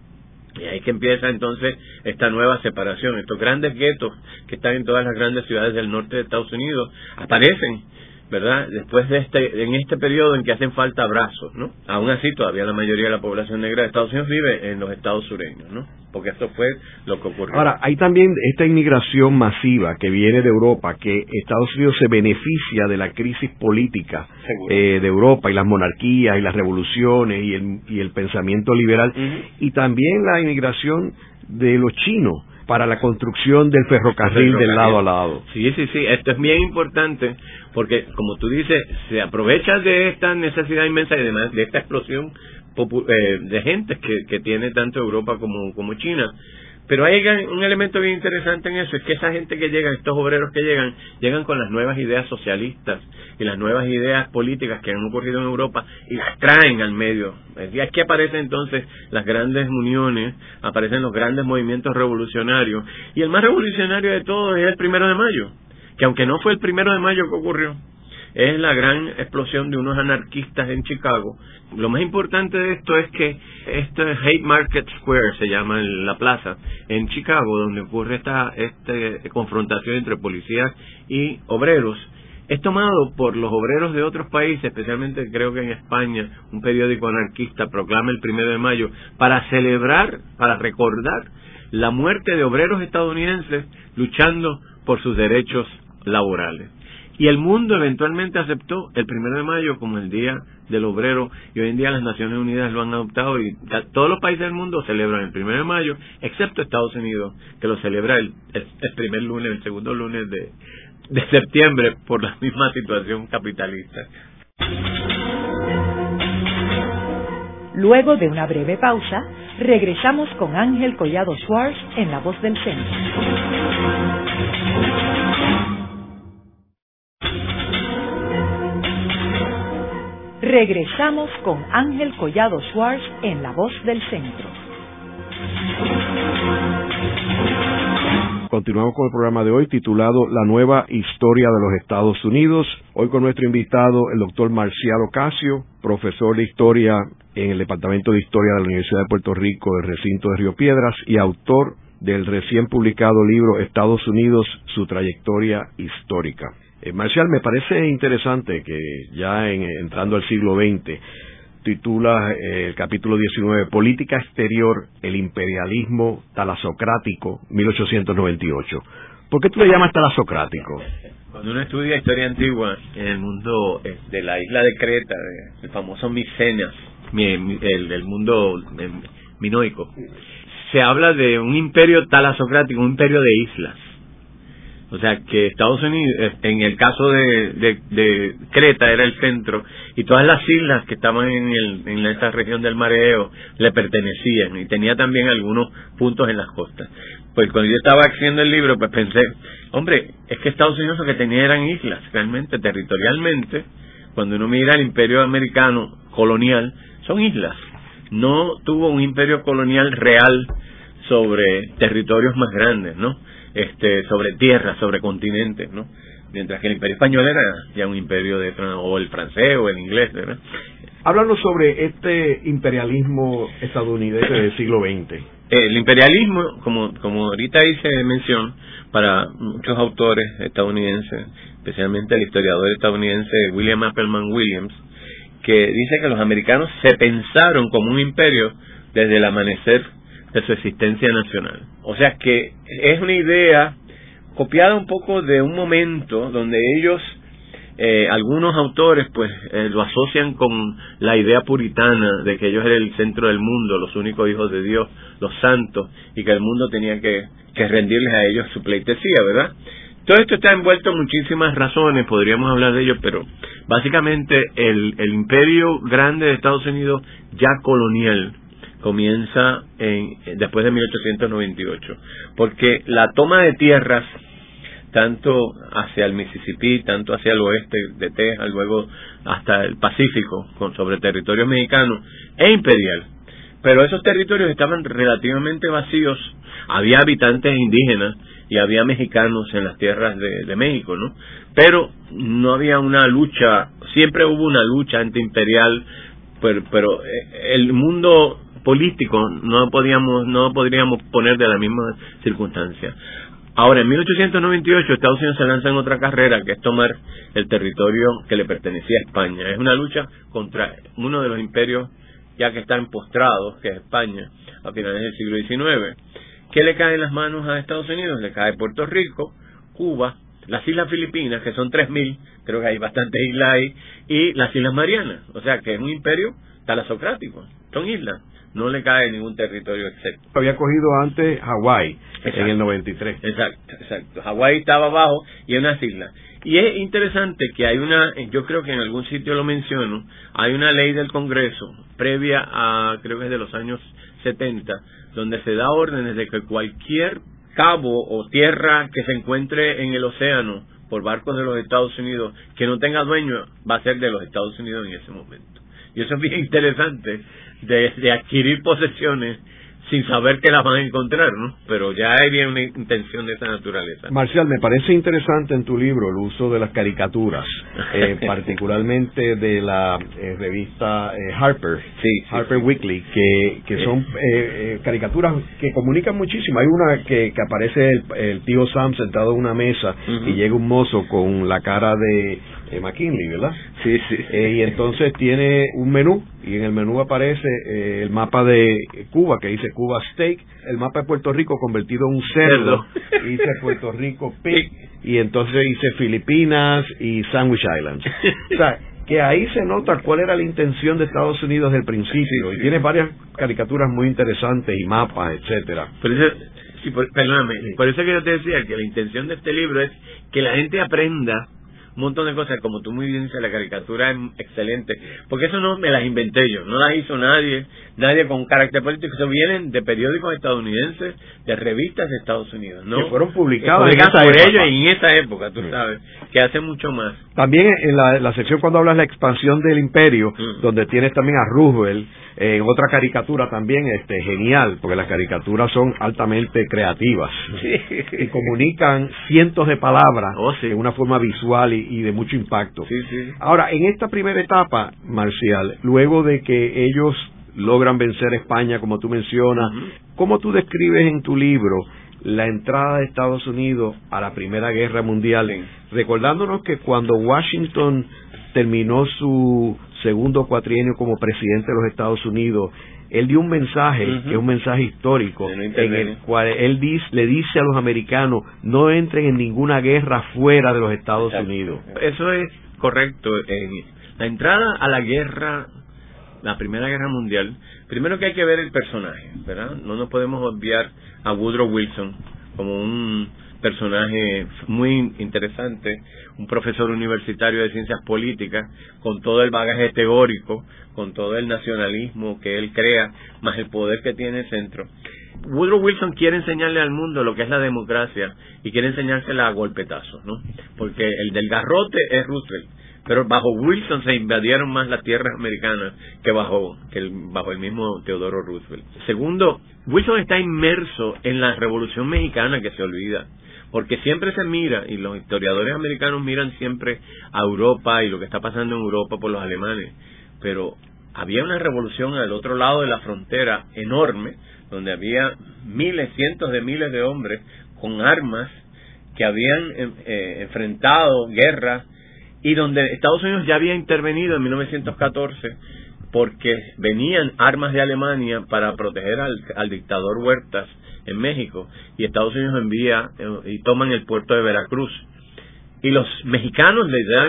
Y ahí que empieza entonces esta nueva separación. Estos grandes guetos que están en todas las grandes ciudades del norte de Estados Unidos aparecen, ¿verdad? Después de este, en este periodo en que hacen falta brazos, ¿no? Aún así, todavía la mayoría de la población negra de Estados Unidos vive en los estados sureños, ¿no? Porque esto fue lo que ocurrió. Ahora, hay también esta inmigración masiva que viene de Europa, que Estados Unidos se beneficia de la crisis política eh, de Europa y las monarquías y las revoluciones y el, y el pensamiento liberal, uh-huh. Y también la inmigración de los chinos para la construcción del ferrocarril, ferrocarril del lado a lado. Sí, sí, sí, esto es bien importante porque, como tú dices, se aprovecha de esta necesidad inmensa y demás, de esta explosión popu eh, de gente que, que tiene tanto Europa como, como China. Pero hay un elemento bien interesante en eso, es que esa gente que llega, estos obreros que llegan, llegan con las nuevas ideas socialistas y las nuevas ideas políticas que han ocurrido en Europa y las traen al medio. Y aquí aparecen entonces las grandes uniones, aparecen los grandes movimientos revolucionarios, y el más revolucionario de todos es el primero de mayo, que aunque no fue el primero de mayo que ocurrió, es la gran explosión de unos anarquistas en Chicago. Lo más importante de esto es que este Haymarket Square, se llama la plaza, en Chicago, donde ocurre esta, esta confrontación entre policías y obreros, es tomado por los obreros de otros países, especialmente creo que en España, un periódico anarquista proclama el primero de mayo para celebrar, para recordar la muerte de obreros estadounidenses luchando por sus derechos laborales. Y el mundo eventualmente aceptó el primero de mayo como el Día del Obrero, y hoy en día las Naciones Unidas lo han adoptado y todos los países del mundo celebran el primero de mayo, excepto Estados Unidos, que lo celebra el, el, el primer lunes, el segundo lunes de, de septiembre, por la misma situación capitalista. Luego de una breve pausa, regresamos con Ángel Collado Schwartz en La Voz del Centro. Regresamos con Ángel Collado Schwartz en La Voz del Centro. Continuamos con el programa de hoy titulado La Nueva Historia de los Estados Unidos. Hoy con nuestro invitado, el doctor Marcial Ocasio, profesor de Historia en el Departamento de Historia de la Universidad de Puerto Rico, del recinto de Río Piedras, y autor del recién publicado libro Estados Unidos, su trayectoria histórica. Eh, Marcial, me parece interesante que ya en, entrando al siglo veinte, titula eh, el capítulo diecinueve, Política Exterior, el imperialismo talasocrático, mil ochocientos noventa y ocho. ¿Por qué tú le llamas talasocrático? Cuando uno estudia historia antigua en el mundo eh, de la isla de Creta, de, el famoso Micenas, mi, mi, el, el mundo eh, minoico, se habla de un imperio talasocrático, un imperio de islas. O sea, que Estados Unidos, en el caso de, de, de Creta, era el centro, y todas las islas que estaban en, el, en esta región del Mar Egeo le pertenecían, y tenía también algunos puntos en las costas. Pues cuando yo estaba haciendo el libro, pues pensé, hombre, es que Estados Unidos lo que tenía eran islas, realmente, territorialmente. Cuando uno mira el imperio americano colonial, son islas. No tuvo un imperio colonial real sobre territorios más grandes, ¿no? Este, sobre tierras, sobre continentes, ¿no? Mientras que el imperio español era ya un imperio de, o el francés o el inglés, ¿verdad? Háblanos sobre este imperialismo estadounidense del siglo veinte. El imperialismo, como, como ahorita hice mención, para muchos autores estadounidenses, especialmente el historiador estadounidense William Appleman Williams, que dice que los americanos se pensaron como un imperio desde el amanecer de su existencia nacional. O sea que es una idea copiada un poco de un momento donde ellos eh, algunos autores pues eh, lo asocian con la idea puritana de que ellos eran el centro del mundo, los únicos hijos de Dios, los santos, y que el mundo tenía que, que rendirles a ellos su pleitesía, ¿verdad? Todo esto está envuelto en muchísimas razones, podríamos hablar de ello, pero básicamente el, el imperio grande de Estados Unidos, ya colonial, comienza en, después de mil ochocientos noventa y ocho, porque la toma de tierras, tanto hacia el Mississippi, tanto hacia el oeste de Texas, luego hasta el Pacífico, con, sobre territorios mexicanos, es imperial. Pero esos territorios estaban relativamente vacíos, había habitantes indígenas y había mexicanos en las tierras de, de México, ¿no? Pero no había una lucha, siempre hubo una lucha antiimperial, pero, pero el mundo político no podíamos no podríamos poner de la misma circunstancia. Ahora, en mil ochocientos noventa y ocho, Estados Unidos se lanza en otra carrera, que es tomar el territorio que le pertenecía a España. Es una lucha contra uno de los imperios ya que están postrados, que es España, a finales del siglo diecinueve. ¿Qué le cae en las manos a Estados Unidos? Le cae Puerto Rico, Cuba, las Islas Filipinas, que son tres mil, creo que hay bastantes islas ahí, y las Islas Marianas. O sea, que es un imperio talasocrático, son islas. No le cae ningún territorio excepto. Había cogido antes Hawái, en el noventa y tres. Exacto, exacto. Hawái estaba abajo y en unas islas. Y es interesante que hay una, yo creo que en algún sitio lo menciono, hay una ley del Congreso, previa a, creo que es de los años setenta, donde se da órdenes de que cualquier cabo o tierra que se encuentre en el océano por barcos de los Estados Unidos, que no tenga dueño, va a ser de los Estados Unidos en ese momento. Y eso es bien interesante, de, de adquirir posesiones sin saber que las van a encontrar, ¿no? Pero ya hay una intención de esa naturaleza. Marcial, me parece interesante en tu libro el uso de las caricaturas, eh, particularmente de la eh, revista eh, Harper, sí, sí, Harper sí. Weekly, que, que sí. son eh, eh, caricaturas que comunican muchísimo. Hay una que, que aparece el, el tío Sam sentado en una mesa uh-huh. y llega un mozo con la cara de eh, McKinley, ¿verdad? Sí, sí. Eh, y entonces tiene un menú, y en el menú aparece eh, el mapa de Cuba, que dice Cuba Steak, el mapa de Puerto Rico convertido en un cerdo, y dice Puerto Rico Pig, y entonces dice Filipinas y Sandwich Islands. O sea, que ahí se nota cuál era la intención de Estados Unidos desde el principio, sí, sí. y tiene varias caricaturas muy interesantes y mapas, etcétera. Por eso, sí, por, perdóname, sí. por eso que yo te decía que la intención de este libro es que la gente aprenda un montón de cosas, como tú muy bien dices, la caricatura es excelente, porque eso no me las inventé yo, no las hizo nadie, nadie con carácter político, eso vienen de periódicos estadounidenses, de revistas de Estados Unidos, ¿no? Que fueron publicadas en esa por época. ellos y en esa época, tú sí. sabes, que hace mucho más. También en la, la sección cuando hablas de la expansión del imperio, mm. donde tienes también a Roosevelt, en eh, otra caricatura también este genial, porque las caricaturas son altamente creativas sí. y comunican cientos de palabras oh, sí. de una forma visual y, y de mucho impacto. Sí, sí. Ahora, en esta primera etapa, Marcial, luego de que ellos logran vencer a España, como tú mencionas, uh-huh. ¿cómo tú describes en tu libro la entrada de Estados Unidos a la Primera Guerra Mundial? Sí. Recordándonos que cuando Washington terminó su segundo cuatrienio como presidente de los Estados Unidos, él dio un mensaje, uh-huh. que es un mensaje histórico, no en el cual él dice, le dice a los americanos, no entren en ninguna guerra fuera de los Estados Exacto. Unidos. Eso es correcto. En la entrada a la guerra, la Primera Guerra Mundial, primero que hay que ver el personaje, ¿verdad? No nos podemos obviar a Woodrow Wilson como un personaje muy interesante, un profesor universitario de ciencias políticas, con todo el bagaje teórico, con todo el nacionalismo que él crea, más el poder que tiene el centro. Woodrow Wilson quiere enseñarle al mundo lo que es la democracia y quiere enseñársela a golpetazos, ¿no? Porque el del garrote es Roosevelt, pero bajo Wilson se invadieron más las tierras americanas que bajo que el, bajo el mismo Teodoro Roosevelt. Segundo, Wilson está inmerso en la Revolución Mexicana, que se olvida, porque siempre se mira, y los historiadores americanos miran siempre a Europa y lo que está pasando en Europa por los alemanes, pero había una revolución al otro lado de la frontera enorme, donde había miles, cientos de miles de hombres con armas que habían eh, enfrentado guerras, y donde Estados Unidos ya había intervenido en mil novecientos catorce porque venían armas de Alemania para proteger al, al dictador Huertas en México, y Estados Unidos envía eh, y toman el puerto de Veracruz, y los mexicanos le dan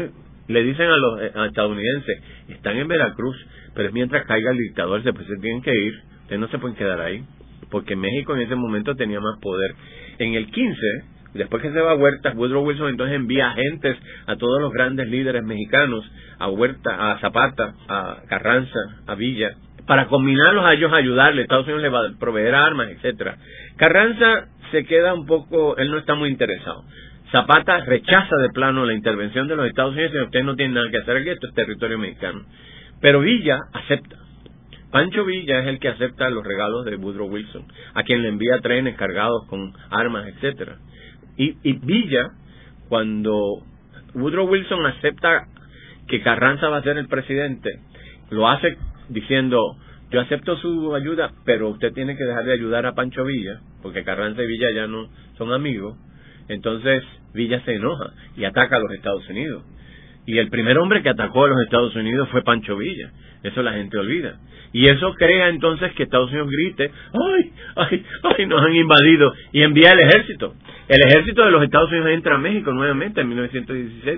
le dicen a los a estadounidenses, están en Veracruz, pero es mientras caiga el dictador, después se tienen que ir, ustedes no se pueden quedar ahí, porque México en ese momento tenía más poder. En el quince, después que se va a Huerta, Woodrow Wilson entonces envía agentes a todos los grandes líderes mexicanos, a Huerta, a Zapata, a Carranza, a Villa, para combinarlos a ellos, a ayudarle. Estados Unidos le va a proveer armas, etcétera. Carranza se queda un poco, él no está muy interesado. Zapata rechaza de plano la intervención de los Estados Unidos y ustedes no tienen nada que hacer aquí, esto es territorio mexicano. Pero Villa acepta. Pancho Villa es el que acepta los regalos de Woodrow Wilson, a quien le envía trenes cargados con armas, etcétera. Y, y Villa, cuando Woodrow Wilson acepta que Carranza va a ser el presidente, lo hace diciendo, yo acepto su ayuda, pero usted tiene que dejar de ayudar a Pancho Villa, porque Carranza y Villa ya no son amigos. Entonces Villa se enoja y ataca a los Estados Unidos. Y el primer hombre que atacó a los Estados Unidos fue Pancho Villa. Eso la gente olvida. Y eso crea entonces que Estados Unidos grite, ¡ay, ay, ay, nos han invadido! Y envía el ejército. El ejército de los Estados Unidos entra a México nuevamente en mil novecientos dieciséis.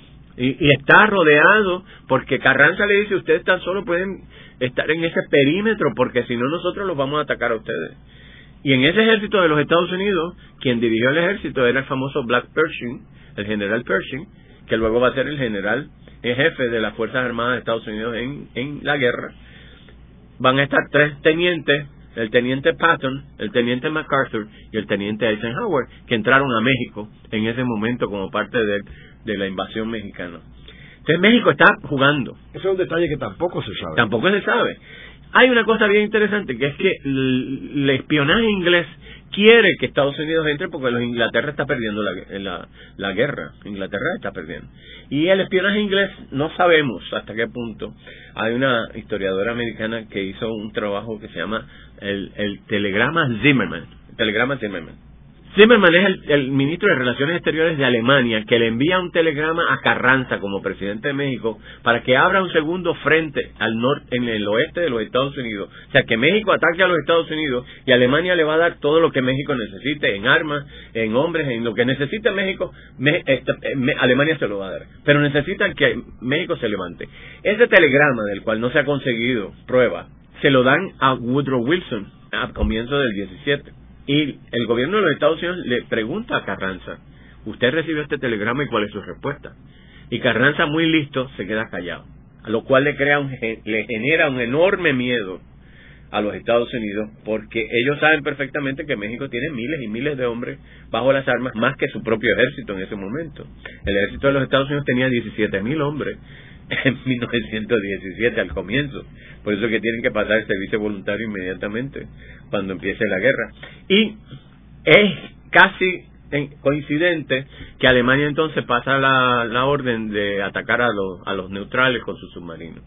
Y, y está rodeado porque Carranza le dice, ustedes tan solo pueden estar en ese perímetro porque si no nosotros los vamos a atacar a ustedes. Y en ese ejército de los Estados Unidos, quien dirigió el ejército era el famoso Black Pershing, el general Pershing, que luego va a ser el general en jefe de las Fuerzas Armadas de Estados Unidos en, en la guerra. Van a estar tres tenientes, el teniente Patton, el teniente MacArthur y el teniente Eisenhower, que entraron a México en ese momento como parte de, de la invasión mexicana. Entonces México está jugando. Ese es un detalle que tampoco se sabe. Tampoco se sabe. Hay una cosa bien interesante, que es que el espionaje inglés quiere que Estados Unidos entre porque los Inglaterra está perdiendo la, la, la guerra. Inglaterra está perdiendo. Y el espionaje inglés no sabemos hasta qué punto. Hay una historiadora americana que hizo un trabajo que se llama el, el telegrama Zimmerman. El telegrama Zimmerman. Zimmerman es el, el ministro de Relaciones Exteriores de Alemania, que le envía un telegrama a Carranza como presidente de México para que abra un segundo frente al norte, en el oeste de los Estados Unidos. O sea, que México ataque a los Estados Unidos y Alemania le va a dar todo lo que México necesite, en armas, en hombres, en lo que necesite México, me, este, me, Alemania se lo va a dar. Pero necesitan que México se levante. Ese telegrama, del cual no se ha conseguido prueba, se lo dan a Woodrow Wilson a comienzos del diecisiete. Y el gobierno de los Estados Unidos le pregunta a Carranza, ¿usted recibió este telegrama y cuál es su respuesta? Y Carranza, muy listo, se queda callado, a lo cual le crea un, le genera un enorme miedo a los Estados Unidos, porque ellos saben perfectamente que México tiene miles y miles de hombres bajo las armas, más que su propio ejército en ese momento. El ejército de los Estados Unidos tenía diecisiete mil hombres en mil novecientos diecisiete al comienzo, por eso que tienen que pasar el servicio voluntario inmediatamente cuando empiece la guerra. Y es casi coincidente que Alemania entonces pasa la, la orden de atacar a los, a los neutrales con sus submarinos.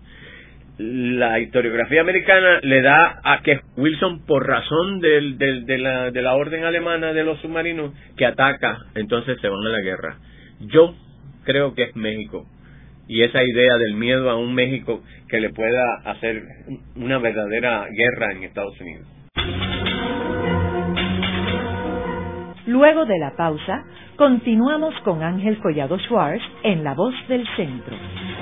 La historiografía americana le da a que Wilson, por razón del, del, de, la, de la orden alemana de los submarinos, que ataca, entonces se van a la guerra. Yo creo que es México. Y esa idea del miedo a un México que le pueda hacer una verdadera guerra en Estados Unidos. Luego de la pausa, continuamos con Ángel Collado Schwartz en La Voz del Centro.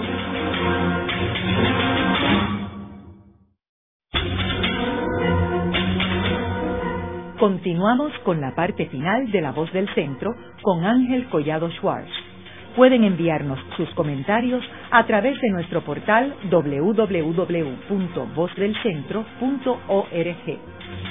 Continuamos con la parte final de La Voz del Centro con Ángel Collado Schwartz. Pueden enviarnos sus comentarios a través de nuestro portal doble u doble u doble u punto voz del centro punto org.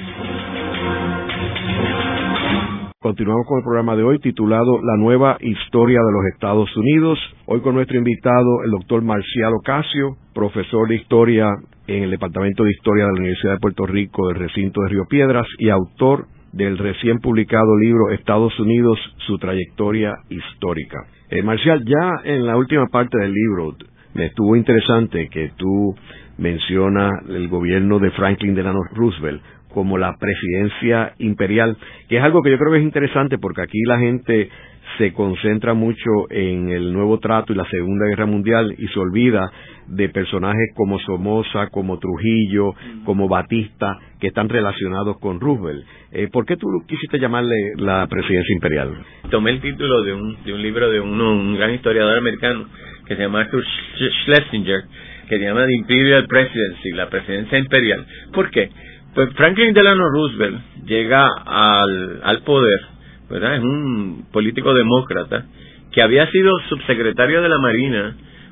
Continuamos con el programa de hoy titulado La Nueva Historia de los Estados Unidos. Hoy con nuestro invitado, el doctor Marcial Ocasio, profesor de Historia en el Departamento de Historia de la Universidad de Puerto Rico del recinto de Río Piedras y autor del recién publicado libro Estados Unidos, su trayectoria histórica. Eh, Marcial, ya en la última parte del libro me estuvo interesante que tú mencionas el gobierno de Franklin Delano Roosevelt como la presidencia imperial, que es algo que yo creo que es interesante porque aquí la gente se concentra mucho en el nuevo trato y la Segunda Guerra Mundial y se olvida de personajes como Somoza, como Trujillo, como Batista, que están relacionados con Roosevelt. Eh, ¿Por qué tú quisiste llamarle la presidencia imperial? Tomé el título de un, de un libro de uno, un gran historiador americano que se llama Arthur Schlesinger, que se llama The Imperial Presidency, la presidencia imperial. ¿Por qué? Pues Franklin Delano Roosevelt llega al, al poder, ¿verdad? Es un político demócrata que había sido subsecretario de la Marina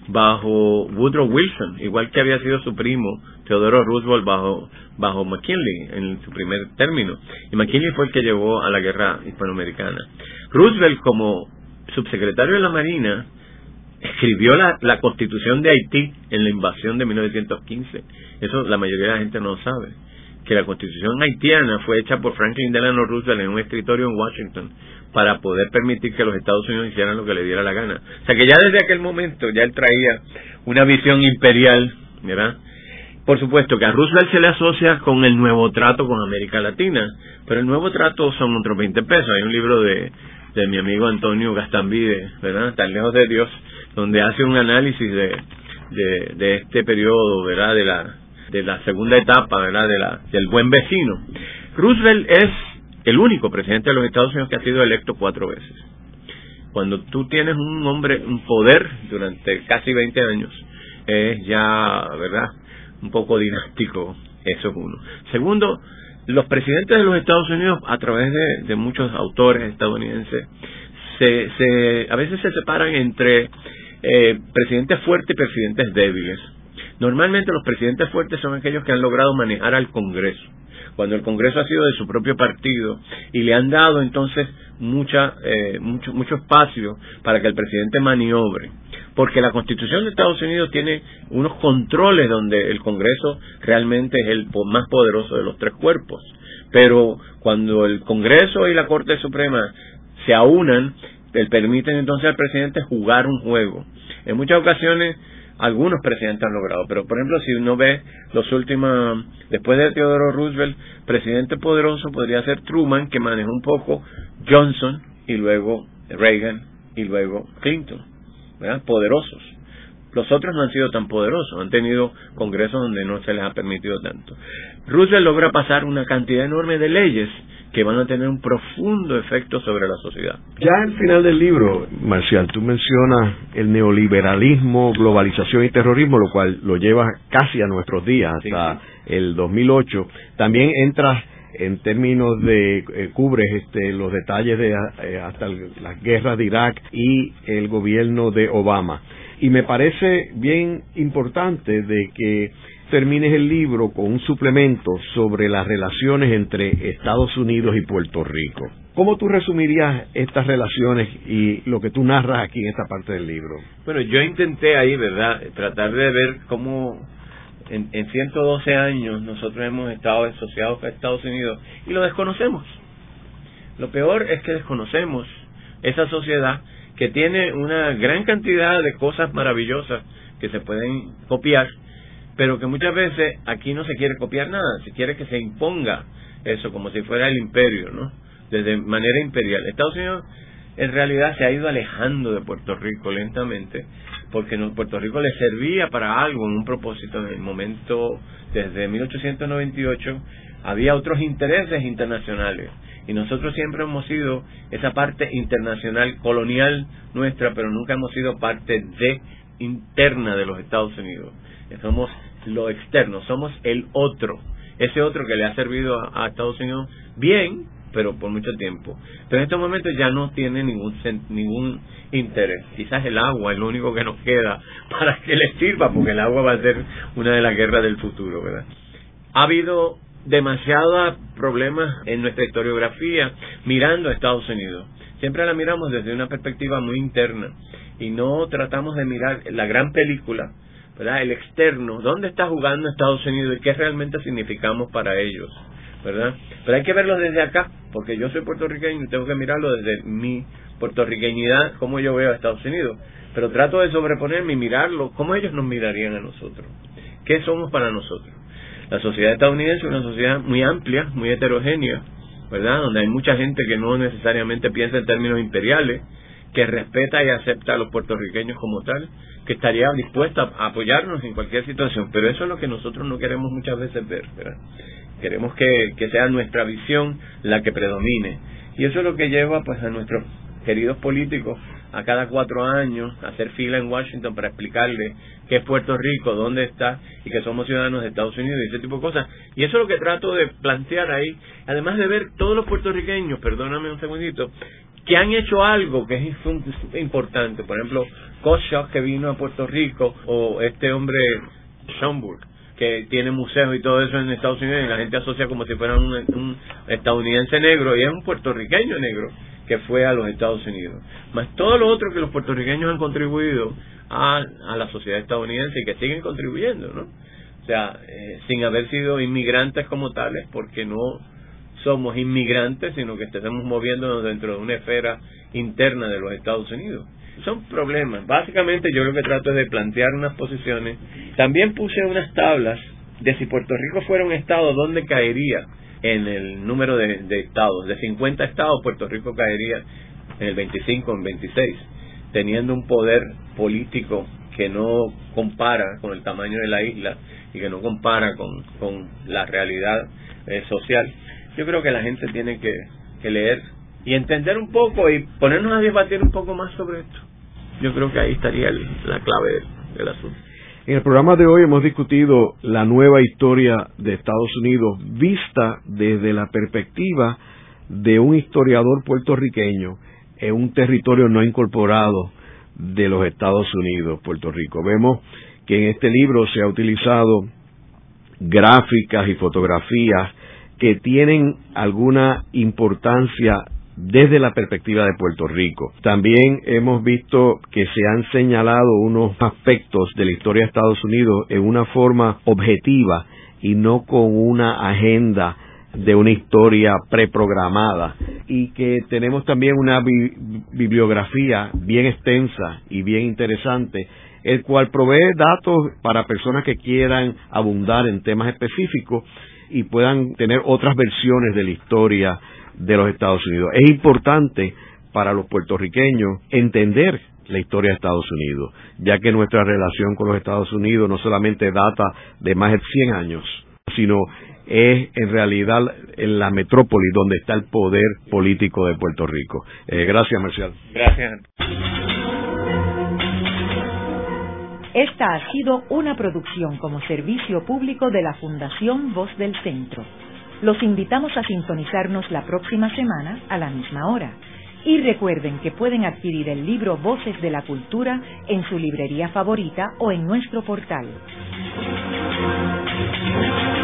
bajo Woodrow Wilson, igual que había sido su primo Theodore Roosevelt bajo bajo McKinley en su primer término, y McKinley fue el que llevó a la guerra hispanoamericana. Roosevelt, como subsecretario de la Marina, escribió la, la Constitución de Haití en la invasión de mil novecientos quince. Eso la mayoría de la gente no sabe, que la Constitución haitiana fue hecha por Franklin Delano Roosevelt en un escritorio en Washington para poder permitir que los Estados Unidos hicieran lo que le diera la gana. O sea que ya desde aquel momento ya él traía una visión imperial, ¿verdad? Por supuesto que a Roosevelt se le asocia con el nuevo trato con América Latina, pero el nuevo trato son otros veinte pesos. Hay un libro de, de mi amigo Antonio Gastambide, ¿verdad? Tan lejos de Dios, donde hace un análisis de, de, de este periodo, ¿verdad? De la, de la segunda etapa, ¿verdad? De la, del buen vecino. Roosevelt es el único presidente de los Estados Unidos que ha sido electo cuatro veces. Cuando tú tienes un hombre, un poder durante casi veinte años, es ya, ¿verdad?, un poco dinástico. Eso es uno. Segundo, los presidentes de los Estados Unidos, a través de, de muchos autores estadounidenses, se, se, a veces se separan entre eh, presidentes fuertes y presidentes débiles. Normalmente los presidentes fuertes son aquellos que han logrado manejar al Congreso, cuando el Congreso ha sido de su propio partido, y le han dado entonces mucha eh, mucho mucho espacio para que el presidente maniobre, porque la Constitución de Estados Unidos tiene unos controles donde el Congreso realmente es el más poderoso de los tres cuerpos, pero cuando el Congreso y la Corte Suprema se aunan, le permiten entonces al presidente jugar un juego. En muchas ocasiones algunos presidentes han logrado, pero por ejemplo, si uno ve los últimos, después de Theodore Roosevelt, presidente poderoso podría ser Truman, que manejó un poco, Johnson, y luego Reagan, y luego Clinton, ¿verdad? Poderosos. Los otros no han sido tan poderosos, han tenido congresos donde no se les ha permitido tanto. Roosevelt logra pasar una cantidad enorme de leyes que van a tener un profundo efecto sobre la sociedad. Ya al final del libro, Marcial, tú mencionas el neoliberalismo, globalización y terrorismo, lo cual lo llevas casi a nuestros días, hasta sí, sí. el dos mil ocho. También entras en términos de, eh, cubres este, los detalles de eh, hasta el, las guerras de Irak y el gobierno de Obama. Y me parece bien importante de que termines el libro con un suplemento sobre las relaciones entre Estados Unidos y Puerto Rico. ¿Cómo tú resumirías estas relaciones y lo que tú narras aquí en esta parte del libro? Bueno, yo intenté ahí, ¿verdad?, tratar de ver cómo en, en ciento doce años nosotros hemos estado asociados a Estados Unidos y lo desconocemos. Lo peor es que desconocemos esa sociedad que tiene una gran cantidad de cosas maravillosas que se pueden copiar, pero que muchas veces aquí no se quiere copiar nada, se quiere que se imponga eso como si fuera el imperio, ¿no? Desde manera imperial. Estados Unidos en realidad se ha ido alejando de Puerto Rico lentamente, porque no, Puerto Rico le servía para algo, en un propósito. En el momento, desde mil ochocientos noventa y ocho, había otros intereses internacionales, y nosotros siempre hemos sido esa parte internacional colonial nuestra, pero nunca hemos sido parte de interna de los Estados Unidos. Somos lo externo, somos el otro, ese otro que le ha servido a, a Estados Unidos bien, pero por mucho tiempo. Pero en estos momentos ya no tiene ningún ningún interés. Quizás el agua es lo único que nos queda para que le sirva, porque el agua va a ser una de las guerras del futuro, ¿verdad? Ha habido demasiados problemas en nuestra historiografía mirando a Estados Unidos. Siempre la miramos desde una perspectiva muy interna y no tratamos de mirar la gran película, ¿verdad?, el externo, dónde está jugando Estados Unidos y qué realmente significamos para ellos, ¿verdad? Pero hay que verlo desde acá, porque yo soy puertorriqueño y tengo que mirarlo desde mi puertorriqueñidad, cómo yo veo a Estados Unidos, pero trato de sobreponerme y mirarlo, cómo ellos nos mirarían a nosotros, qué somos para nosotros. La sociedad estadounidense es una sociedad muy amplia, muy heterogénea, ¿verdad?, donde hay mucha gente que no necesariamente piensa en términos imperiales, que respeta y acepta a los puertorriqueños como tal, que estaría dispuesta a apoyarnos en cualquier situación, pero eso es lo que nosotros no queremos muchas veces ver, ¿verdad? Queremos que, que sea nuestra visión la que predomine, y eso es lo que lleva pues a nuestros queridos políticos a cada cuatro años hacer fila en Washington para explicarle qué es Puerto Rico, dónde está y que somos ciudadanos de Estados Unidos y ese tipo de cosas. Y eso es lo que trato de plantear ahí, además de ver todos los puertorriqueños, perdóname un segundito, que han hecho algo que es importante. Por ejemplo, Kosciuszko, que vino a Puerto Rico, o este hombre Schomburg, que tiene museos y todo eso en Estados Unidos, y la gente asocia como si fuera un, un estadounidense negro, y es un puertorriqueño negro que fue a los Estados Unidos. Más todo lo otro que los puertorriqueños han contribuido a, a la sociedad estadounidense y que siguen contribuyendo, ¿no? O sea, eh, sin haber sido inmigrantes como tales, porque no somos inmigrantes, sino que estamos moviéndonos dentro de una esfera interna de los Estados Unidos. Son problemas. Básicamente yo lo que trato es de plantear unas posiciones. También puse unas tablas de si Puerto Rico fuera un estado, ¿dónde caería en el número de, de estados? De cincuenta estados, Puerto Rico caería en el veinticinco, en veintiséis, teniendo un poder político que no compara con el tamaño de la isla y que no compara con, con la realidad eh, social. Yo creo que la gente tiene que, que leer y entender un poco y ponernos a debatir un poco más sobre esto. Yo creo que ahí estaría el, la clave del, del asunto. En el programa de hoy hemos discutido la nueva historia de Estados Unidos vista desde la perspectiva de un historiador puertorriqueño en un territorio no incorporado de los Estados Unidos, Puerto Rico. Vemos que en este libro se ha utilizado gráficas y fotografías que tienen alguna importancia desde la perspectiva de Puerto Rico. También hemos visto que se han señalado unos aspectos de la historia de Estados Unidos en una forma objetiva y no con una agenda de una historia preprogramada, y que tenemos también una bi bibliografía bien extensa y bien interesante, el cual provee datos para personas que quieran abundar en temas específicos y puedan tener otras versiones de la historia de los Estados Unidos. Es importante para los puertorriqueños entender la historia de Estados Unidos, ya que nuestra relación con los Estados Unidos no solamente data de más de cien años, sino es en realidad en la metrópoli donde está el poder político de Puerto Rico. Eh, gracias, Marcial. Gracias. Esta ha sido una producción como servicio público de la Fundación Voz del Centro. Los invitamos a sintonizarnos la próxima semana a la misma hora. Y recuerden que pueden adquirir el libro Voces de la Cultura en su librería favorita o en nuestro portal.